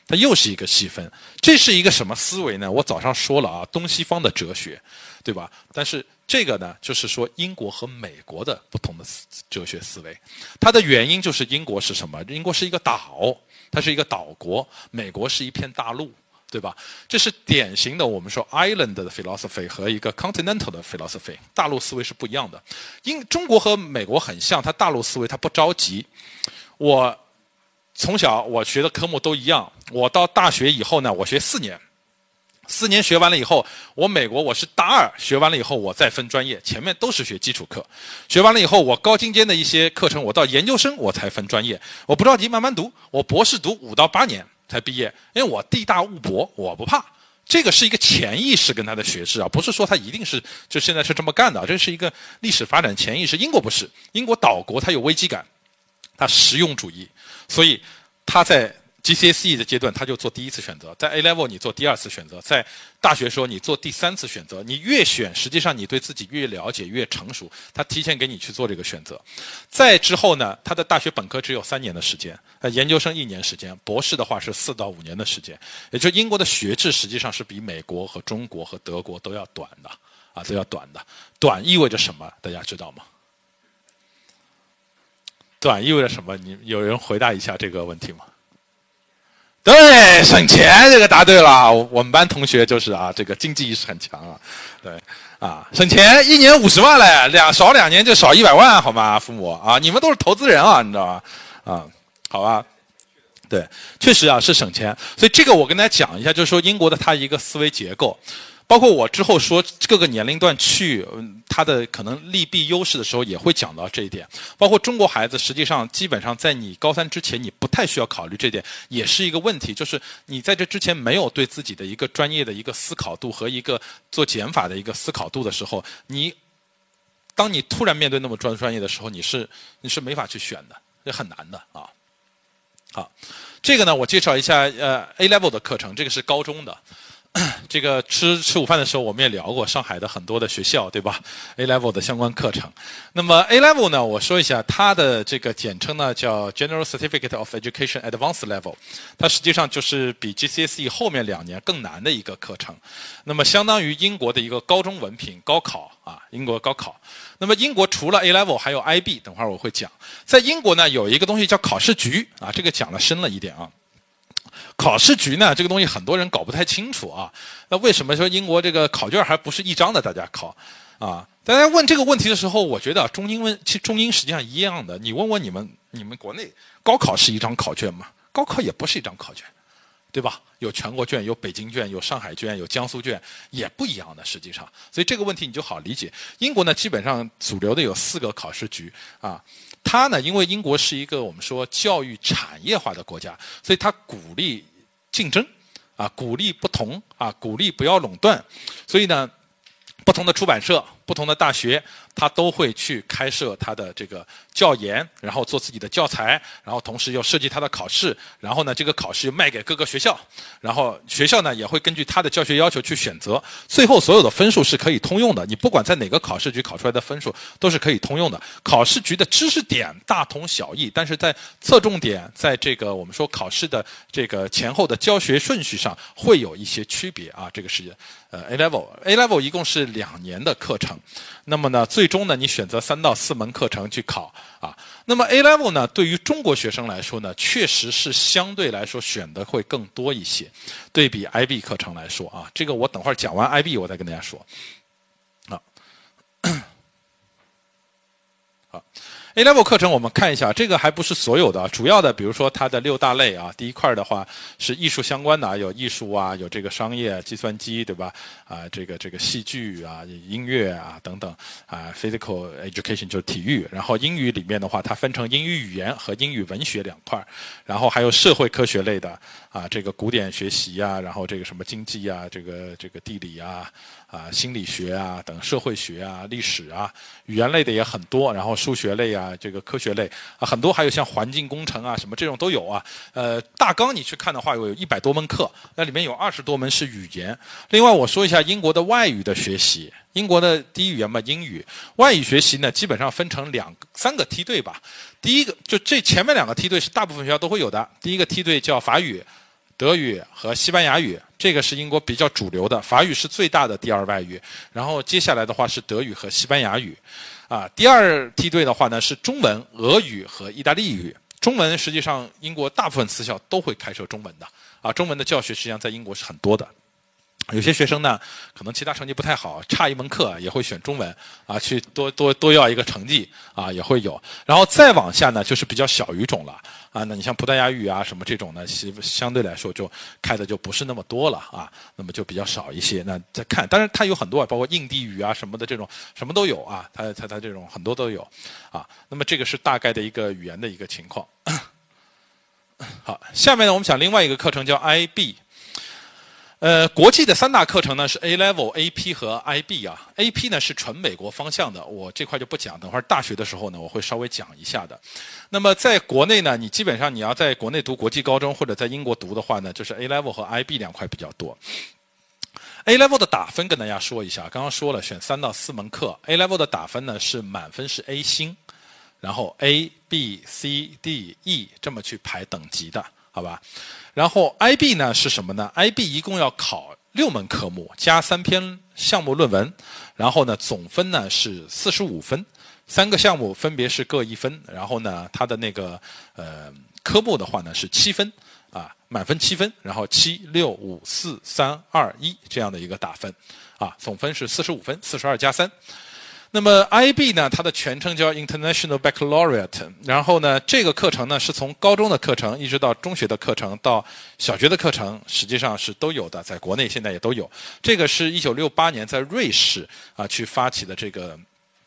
它又是一个细分。这是一个什么思维呢？我早上说了啊，东西方的哲学，对吧？但是这个呢，就是说英国和美国的不同的哲学思维。它的原因就是英国是什么？英国是一个岛，它是一个岛国，美国是一片大陆。对吧？这是典型的我们说 island 的 philosophy 和一个 continental 的 philosophy， 大陆思维是不一样的。英中国和美国很像，它大陆思维它不着急。我从小我学的科目都一样，我到大学以后呢，我学四年，四年学完了以后，我美国我是大二学完了以后，我再分专业，前面都是学基础课，学完了以后，我高精尖的一些课程，我到研究生我才分专业，我不着急，慢慢读，我博士读五到八年。才毕业，因为我地大物博，我不怕。这个是一个潜意识跟他的学制啊，不是说他一定是就现在是这么干的，这是一个历史发展潜意识。英国不是，英国岛国，它有危机感，它实用主义，所以他在 G C S E 的阶段他就做第一次选择，在 A Level 你做第二次选择，在大学时候你做第三次选择。你越选，实际上你对自己越了解越成熟，他提前给你去做这个选择。再之后呢，他的大学本科只有三年的时间，呃，研究生一年时间，博士的话是四到五年的时间。也就是英国的学制实际上是比美国和中国和德国都要短的啊，都要短的。短意味着什么？大家知道吗？短意味着什么？你有人回答一下这个问题吗？对，省钱，这个答对了。我们班同学就是啊，这个经济意识很强啊，对啊，省钱，一年五十万嘞，两少两年就少一百万，好吗？父母啊，你们都是投资人啊，你知道吗？啊，好吧，对，确实啊是省钱。所以这个我跟大家讲一下，就是说英国的它一个思维结构。包括我之后说各个年龄段去，嗯，它的可能利弊优势的时候也会讲到这一点。包括中国孩子，实际上基本上在你高三之前，你不太需要考虑这点，也是一个问题。就是你在这之前没有对自己的一个专业的一个思考度和一个做减法的一个思考度的时候，你当你突然面对那么专专业的时候，你是你是没法去选的，这很难的啊。好，这个呢，我介绍一下呃 A Level 的课程，这个是高中的。这个吃吃午饭的时候，我们也聊过上海的很多的学校，对吧 ？A Level 的相关课程。那么 A Level 呢，我说一下它的这个简称呢，叫 General Certificate of Education Advanced Level， 它实际上就是比 G C S E 后面两年更难的一个课程。那么相当于英国的一个高中文凭高考啊，英国高考。那么英国除了 A Level 还有 I B， 等会儿我会讲。在英国呢，有一个东西叫考试局啊，这个讲的深了一点啊。考试局呢，这个东西很多人搞不太清楚啊。那为什么说英国这个考卷还不是一张的？大家考啊？大家问这个问题的时候，我觉得中英问，其实中英实际上一样的。你问问你们，你们国内高考是一张考卷吗？高考也不是一张考卷，对吧？有全国卷，有北京卷，有上海卷，有江苏卷，也不一样的。实际上，所以这个问题你就好理解。英国呢，基本上主流的有四个考试局啊。它呢，因为英国是一个我们说教育产业化的国家，所以它鼓励竞争，啊，鼓励不同，啊，鼓励不要垄断，所以呢，不同的出版社、不同的大学，它都会去开设它的这个教研，然后做自己的教材，然后同时又设计它的考试，然后呢，这个考试又卖给各个学校，然后学校呢也会根据它的教学要求去选择，最后所有的分数是可以通用的，你不管在哪个考试局考出来的分数都是可以通用的。考试局的知识点大同小异，但是在侧重点，在这个我们说考试的这个前后的教学顺序上会有一些区别啊。这个是呃 A Level A Level 一共是两年的课程，那么呢，最终呢，你选择三到四门课程去考啊。那么 A Level 呢，对于中国学生来说呢，确实是相对来说选的会更多一些，对比 I B 课程来说啊。这个我等会儿讲完 I B 我再跟大家说。啊，好。A Level 课程我们看一下，这个还不是所有的，主要的比如说它的六大类啊，第一块的话是艺术相关的啊，有艺术啊，有这个商业、计算机，对吧？啊，这个这个戏剧啊、音乐啊等等啊 ，physical education 就是体育。然后英语里面的话，它分成英语语言和英语文学两块，然后还有社会科学类的啊，这个古典学习啊，然后这个什么经济啊，这个这个地理啊。啊，心理学啊，等社会学啊，历史啊，语言类的也很多，然后数学类啊，这个科学类啊很多，还有像环境工程啊什么这种都有啊。呃，大纲你去看的话，有一百多门课，那里面有二十多门是语言。另外我说一下英国的外语的学习，英国的第一语言嘛英语，外语学习呢基本上分成两三个梯队吧。第一个就这前面两个梯队是大部分学校都会有的，第一个梯队叫法语。 德语和西班牙语，这个是英国比较主流的。法语是最大的第二外语，然后接下来的话是德语和西班牙语。啊，第二梯队的话呢是中文、俄语和意大利语。中文实际上英国大部分私校都会开设中文的啊，中文的教学实际上在英国是很多的。有些学生呢，可能其他成绩不太好，差一门课也会选中文啊，去多多多要一个成绩啊，也会有。然后再往下呢，就是比较小语种了啊。那你像葡萄牙语啊什么这种呢，相相对来说就开的就不是那么多了啊，那么就比较少一些。那再看，当然它有很多，包括印地语啊什么的这种，什么都有啊，它它它这种很多都有啊。那么这个是大概的一个语言的一个情况。好，下面呢我们讲另外一个课程叫 I B。呃，国际的三大课程呢是 A Level、A P 和 I B 啊。A P 呢是纯美国方向的，我这块就不讲，等会儿大学的时候呢我会稍微讲一下的。那么在国内呢，你基本上你要在国内读国际高中或者在英国读的话呢，就是 A Level 和 I B 两块比较多。A Level 的打分跟大家说一下，刚刚说了选三到四门课 ，A Level 的打分呢是满分是 A 星，然后 A、B、C、D、E 这么去排等级的。好吧，然后 I B 呢是什么呢 ？I B 一共要考六门科目，加三篇项目论文，然后呢总分呢是四十五分，三个项目分别是各一分，然后呢它的那个呃科目的话呢是七分啊，满分七分，然后七六五四三二一这样的一个打分啊，总分是四十五分，四十二加三。那么 I B 呢，它的全称叫 International Baccalaureate， 然后呢，这个课程呢是从高中的课程一直到中学的课程到小学的课程，实际上是都有的，在国内现在也都有。这个是一九六八年在瑞士啊去发起的这个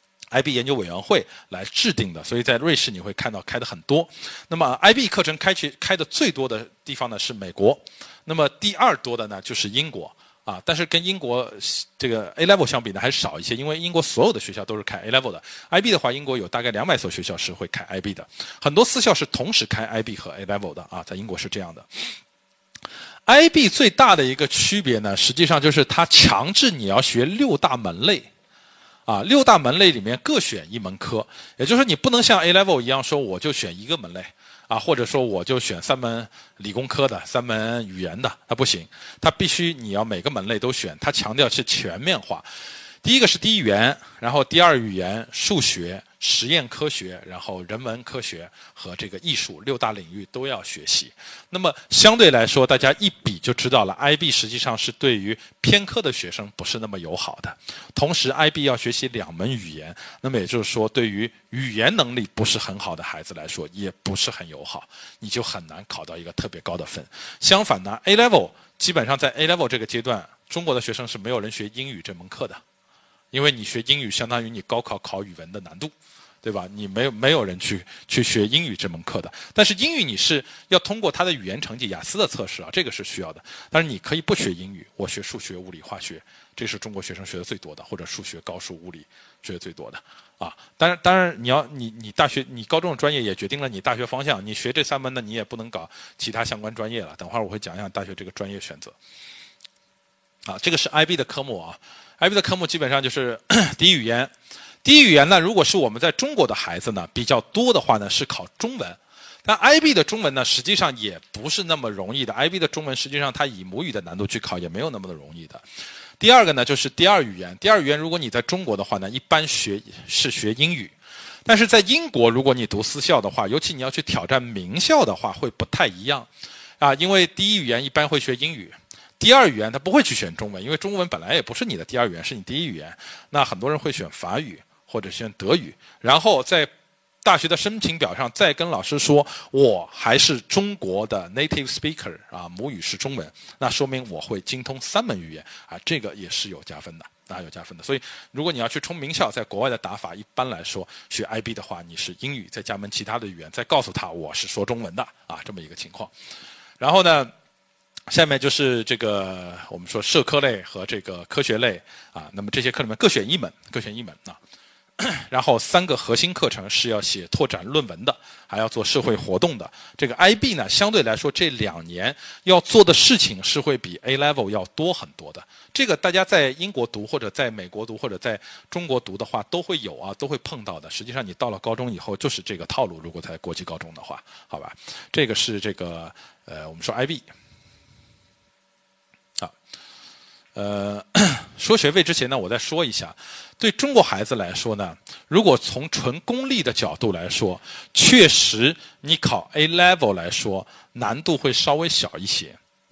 I B 研究委员会来制定的，所以在瑞士你会看到开的很多。那么 I B 课程开去开的最多的地方呢是美国，那么第二多的呢就是英国。啊，但是跟英国这个 A Level 相比呢，还少一些，因为英国所有的学校都是开 A Level 的。I B 的话，英国有大概两百所学校是会开 I B 的，很多私校是同时开 I B 和 A Level 的啊，在英国是这样的。I B 最大的一个区别呢，实际上就是它强制你要学六大门类，啊，六大门类里面各选一门科，也就是说你不能像 A Level 一样说我就选一个门类。啊，或者说我就选三门理工科的，三门语言的，它不行，它必须你要每个门类都选，它强调是全面化。第一个是第一语言，然后第二语言、数学、实验科学，然后人文科学和这个艺术六大领域都要学习。那么相对来说，大家一比就知道了 ，I B 实际上是对于偏科的学生不是那么友好的。同时 ，I B 要学习两门语言，那么也就是说，对于语言能力不是很好的孩子来说，也不是很友好，你就很难考到一个特别高的分。相反呢 ，A Level 基本上在 A Level 这个阶段，中国的学生是没有人学英语这门课的。因为你学英语相当于你高考考语文的难度，对吧？你没有没有人去去学英语这门课的。但是英语你是要通过他的语言成绩雅思的测试啊，这个是需要的。但是你可以不学英语，我学数学、物理、化学，这是中国学生学的最多的，或者数学、高数、物理学的最多的啊。当然，当然你要你你大学你高中的专业也决定了你大学方向，你学这三门呢，你也不能搞其他相关专业了。等会儿我会讲一讲大学这个专业选择。啊，这个是 I B 的科目啊。I B 的科目基本上就是第一语言，第一语言呢，如果是我们在中国的孩子呢，比较多的话呢是考中文，但 I B 的中文呢实际上也不是那么容易的 ，I B 的中文实际上它以母语的难度去考也没有那么的容易的。第二个呢就是第二语言，第二语言如果你在中国的话呢，一般学是学英语，但是在英国如果你读私校的话，尤其你要去挑战名校的话，会不太一样啊，因为第一语言一般会学英语。第二语言他不会去选中文，因为中文本来也不是你的第二语言，是你第一语言。那很多人会选法语或者选德语，然后在大学的申请表上再跟老师说，我还是中国的 native speaker 啊，母语是中文，那说明我会精通三门语言啊，这个也是有加分的，啊有加分的。所以如果你要去冲名校，在国外的打法一般来说，学 I B 的话，你是英语再加门其他的语言，再告诉他我是说中文的啊，这么一个情况。然后呢？下面就是这个我们说社科类和这个科学类啊，那么这些课里面各选一门，各选一门啊。然后三个核心课程是要写拓展论文的，还要做社会活动的。这个 I B 呢，相对来说这两年要做的事情是会比 A Level 要多很多的。这个大家在英国读或者在美国读或者在中国读的话都会有啊，都会碰到的。实际上你到了高中以后就是这个套路，如果在国际高中的话，好吧，这个是这个呃我们说 I B。 啊。呃，说学费之前呢，我再说一下，对中国孩子来说呢，如果从纯功利的角度来说，确实你考 A level 来说难度会稍微小一些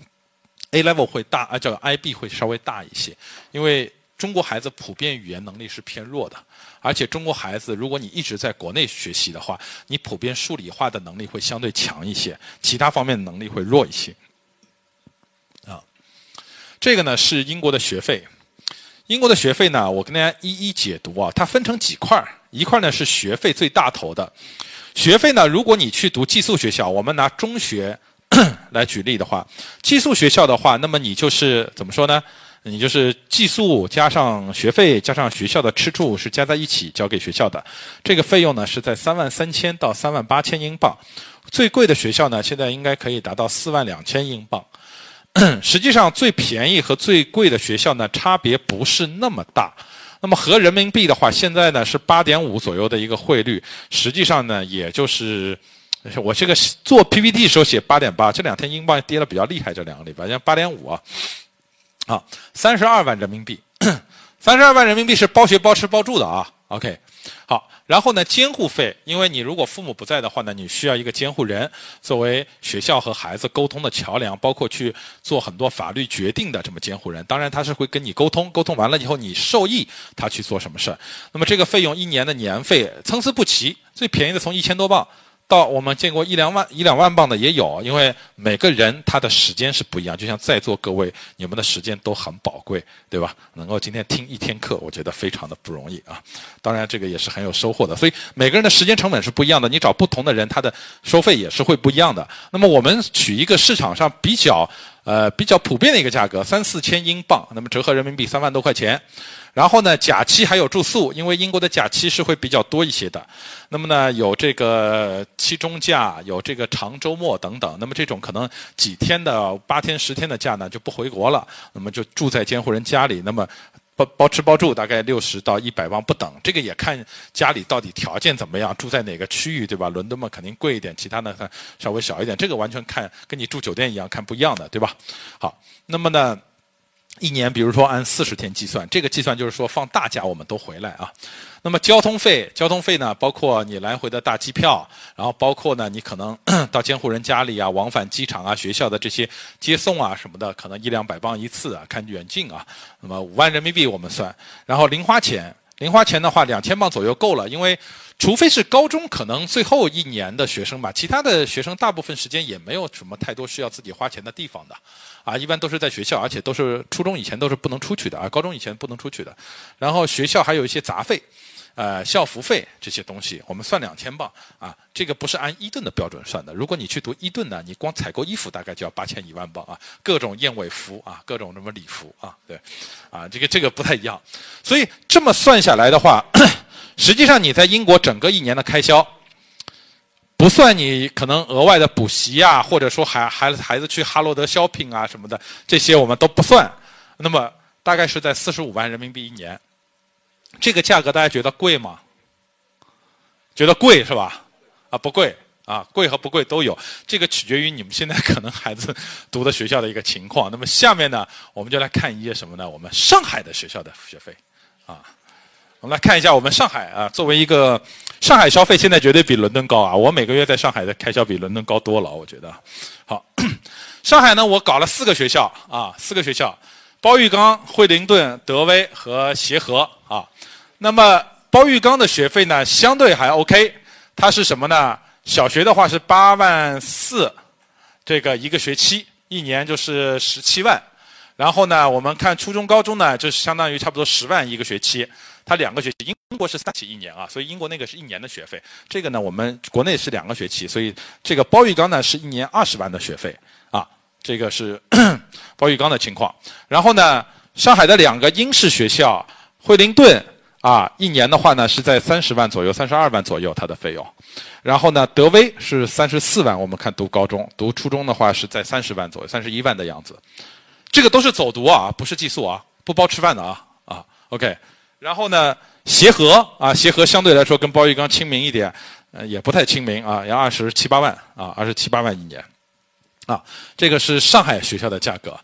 ，A level 会大，啊，这个 I B 会稍微大一些，因为中国孩子普遍语言能力是偏弱的，而且中国孩子如果你一直在国内学习的话，你普遍数理化的能力会相对强一些，其他方面的能力会弱一些。啊，这个呢是英国的学费。英国的学费呢，我跟大家一一解读啊，它分成几块，一块呢是学费最大头的。学费呢，如果你去读寄宿学校，我们拿中学来举例的话，寄宿学校的话，那么你就是怎么说呢？你就是寄宿加上学费加上学校的吃住是加在一起交给学校的，这个费用呢是在三万三千到三万八千英镑，最贵的学校呢现在应该可以达到四万两千英镑。实际上最便宜和最贵的学校呢差别不是那么大，那么合人民币的话，现在呢是 八点五 左右的一个汇率，实际上呢也就是我这个做 P P T 的时候写 八点八， 这两天英镑跌得比较厉害，这两个礼拜像 八点五 啊。啊，三十二万人民币，三十二万人民币是包学包吃包住的啊。OK， 好，然后呢，监护费，因为你如果父母不在的话呢，你需要一个监护人作为学校和孩子沟通的桥梁，包括去做很多法律决定的这么监护人。当然，他是会跟你沟通，沟通完了以后你受益，他去做什么事儿。那么这个费用一年的年费参差不齐，最便宜的从一千多镑。到我们见过一两万一两万镑的也有，因为每个人他的时间是不一样，就像在座各位，你们的时间都很宝贵，对吧？能够今天听一天课，我觉得非常的不容易啊。当然，这个也是很有收获的。所以每个人的时间成本是不一样的，你找不同的人，他的收费也是会不一样的。那么我们取一个市场上比较呃比较普遍的一个价格，三四千英镑，那么折合人民币三万多块钱。然后呢，假期还有住宿，因为英国的假期是会比较多一些的。那么呢，有这个期中假，有这个长周末等等。那么这种可能几天的八天、十天的假呢，就不回国了，那么就住在监护人家里。那么包包吃包住，大概六十到一百镑不等。这个也看家里到底条件怎么样，住在哪个区域，对吧？伦敦嘛肯定贵一点，其他呢稍微小一点。这个完全看跟你住酒店一样，看不一样的，对吧？好，那么呢，一年比如说按四十天计算，这个计算就是说放大假我们都回来啊。那么交通费，交通费呢，包括你来回的大机票，然后包括呢你可能到监护人家里啊，往返机场啊、学校的这些接送啊什么的，可能一两百镑一次啊，看远近啊。那么五万人民币我们算，然后零花钱，零花钱的话两千镑左右够了，因为除非是高中可能最后一年的学生吧，其他的学生大部分时间也没有什么太多需要自己花钱的地方的，啊，一般都是在学校，而且都是初中以前都是不能出去的啊，高中以前不能出去的。然后学校还有一些杂费，呃，校服费这些东西，我们算两千镑啊，这个不是按伊顿的标准算的。如果你去读伊顿呢，你光采购衣服大概就要八千一万镑啊，各种燕尾服啊，各种什么礼服啊，对，啊，这个这个不太一样。所以这么算下来的话，实际上你在英国整个一年的开销，不算你可能额外的补习啊，或者说孩孩子孩子去哈罗德 shopping 啊什么的，这些我们都不算。那么大概是在四十五万人民币一年，这个价格大家觉得贵吗？觉得贵是吧？啊，不贵啊，贵和不贵都有，这个取决于你们现在可能孩子读的学校的一个情况。那么下面呢，我们就来看一些什么呢？我们上海的学校的学费啊。我们来看一下我们上海啊，作为一个上海消费现在绝对比伦敦高啊，我每个月在上海的开销比伦敦高多了，我觉得。好，上海呢，我搞了四个学校啊，四个学校，包玉刚、惠灵顿、德威和协和啊。那么包玉刚的学费呢，相对还 OK， 它是什么呢？小学的话是八万四，这个一个学期，一年就是十七万。然后呢，我们看初中、高中呢，就是相当于差不多十万一个学期。它两个学期，英国是三期一年啊，所以英国那个是一年的学费。这个呢，我们国内是两个学期，所以这个包玉刚呢是一年二十万的学费啊，这个是包玉刚的情况。然后呢，上海的两个英式学校，惠灵顿啊，一年的话呢是在三十万左右，三十二万左右它的费用。然后呢，德威是三十四万，我们看读高中，读初中的话是在三十万左右，三十一万的样子。这个都是走读啊，不是寄宿啊，不包吃饭的啊啊 ，OK。然后呢，协和啊，协和相对来说跟包玉刚亲民一点，呃，也不太亲民啊，要二十七八万啊，二十七八万一年，啊，这个是上海学校的价格。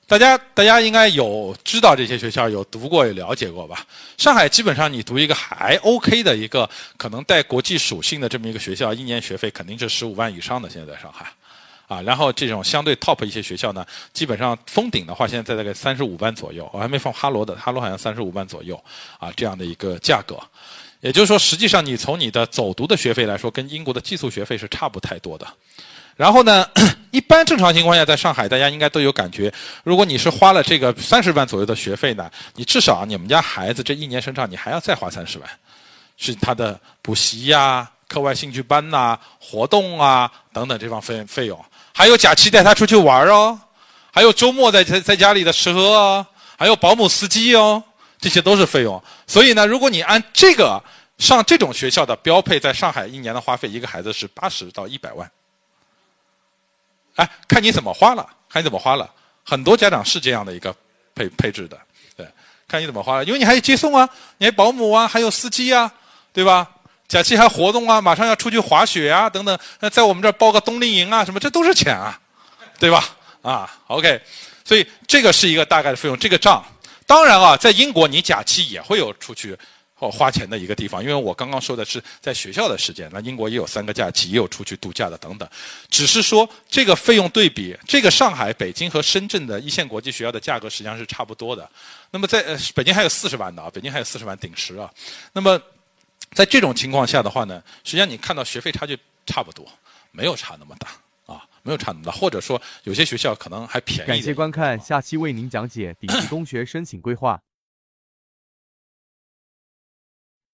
大家大家应该有知道这些学校，有读过也了解过吧？上海基本上你读一个还 OK 的一个可能带国际属性的这么一个学校，一年学费肯定是十五万以上的。现在在上海，啊，然后这种相对 top 一些学校呢，基本上封顶的话，现在在大概三十五万左右。我还没放哈罗的，哈罗好像三十五万左右啊，这样的一个价格。也就是说，实际上你从你的走读的学费来说，跟英国的寄宿学费是差不太多的。然后呢，一般正常情况下，在上海大家应该都有感觉，如果你是花了这个三十万左右的学费呢，你至少你们家孩子这一年身上你还要再花三十万，是他的补习呀、啊、课外兴趣班呐、啊、活动啊等等这方费费用，还有假期带他出去玩哦，还有周末在在家里的吃喝哦，还有保姆司机哦，这些都是费用。所以呢，如果你按这个上这种学校的标配，在上海一年的花费，一个孩子是八十到一百万。哎，看你怎么花了，看你怎么花了。很多家长是这样的一个配配置的，对，看你怎么花了，因为你还有接送啊，你还有保姆啊，还有司机啊，对吧？假期还有活动啊，马上要出去滑雪啊，等等。那在我们这儿报个冬令营啊，什么这都是钱啊，对吧？啊 ，OK， 所以这个是一个大概的费用，这个账。当然啊，在英国你假期也会有出去或花钱的一个地方，因为我刚刚说的是在学校的时间，那英国也有三个假期，也有出去度假的等等。只是说这个费用对比，这个上海、北京和深圳的一线国际学校的价格实际上是差不多的。那么在呃北京还有四十万的啊，北京还有四十万顶十啊。那么在这种情况下的话呢，实际上你看到学费差距差不多，没有差那么大啊，没有差那么大，或者说有些学校可能还便宜一点。 感谢观看，下期为您讲解顶级工学申请规划。